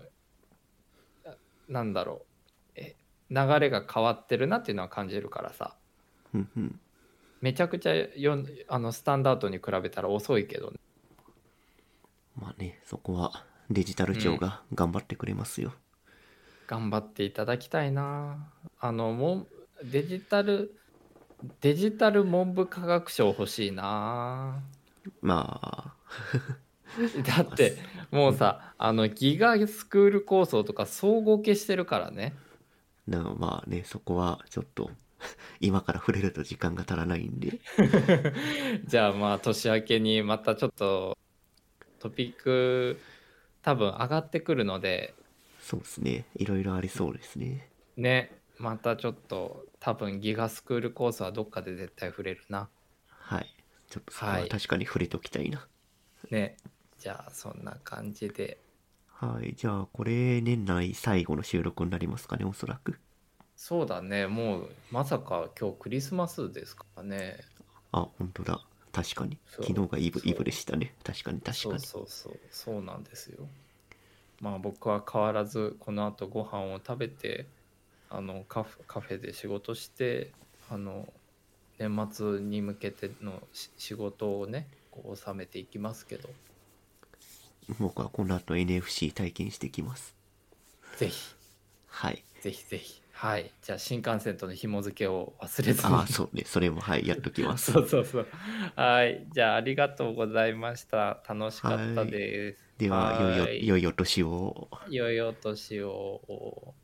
なんだろう流れが変わってるなっていうのは感じるからさ。めちゃくちゃスタンダードに比べたら遅いけどね。 まあね、そこはデジタル庁が頑張ってくれますよ。 頑張っていただきたいな。もうデジタル文部科学省欲しいな。 まあだってもうさギガスクール構想とか総合消してるからね。 まあね、そこはちょっと今から触れると時間が足らないんで。 じゃあまあ年明けにまたちょっとトピック多分上がってくるので、 そうですね。いろいろありそうですね。 ね、またちょっと多分ギガスクールコースはどっかで絶対触れるな。 はい。ちょっとそこはい。 は確かに触れときたいな。 ね。じゃあそんな感じで。 はい。じゃあ、これ年内最後の収録になりますかね、おそらく。 そうだね。もうまさか今日クリスマスですからね。 あ、本当だ。確かに。 そう昨日がイブそうでしたね。確かに確そうかに。 そうそうそうなんですよ。まあ僕は変わらずこの後ご飯を食べてカフェで仕事して年末に向けての仕事をねこう収めていきますけど、 僕はこの後 NFC 体験してきます。 ぜひはい。 ぜひぜひ、はい、じゃあ新幹線との紐付けを忘れずに。 ああ、そうね。それも、はい、やっときます。 そうそうそう。はい。じゃあ、ありがとうございました。楽しかったはい。 です。 では、 はい。 良いお年を。 良いお年を。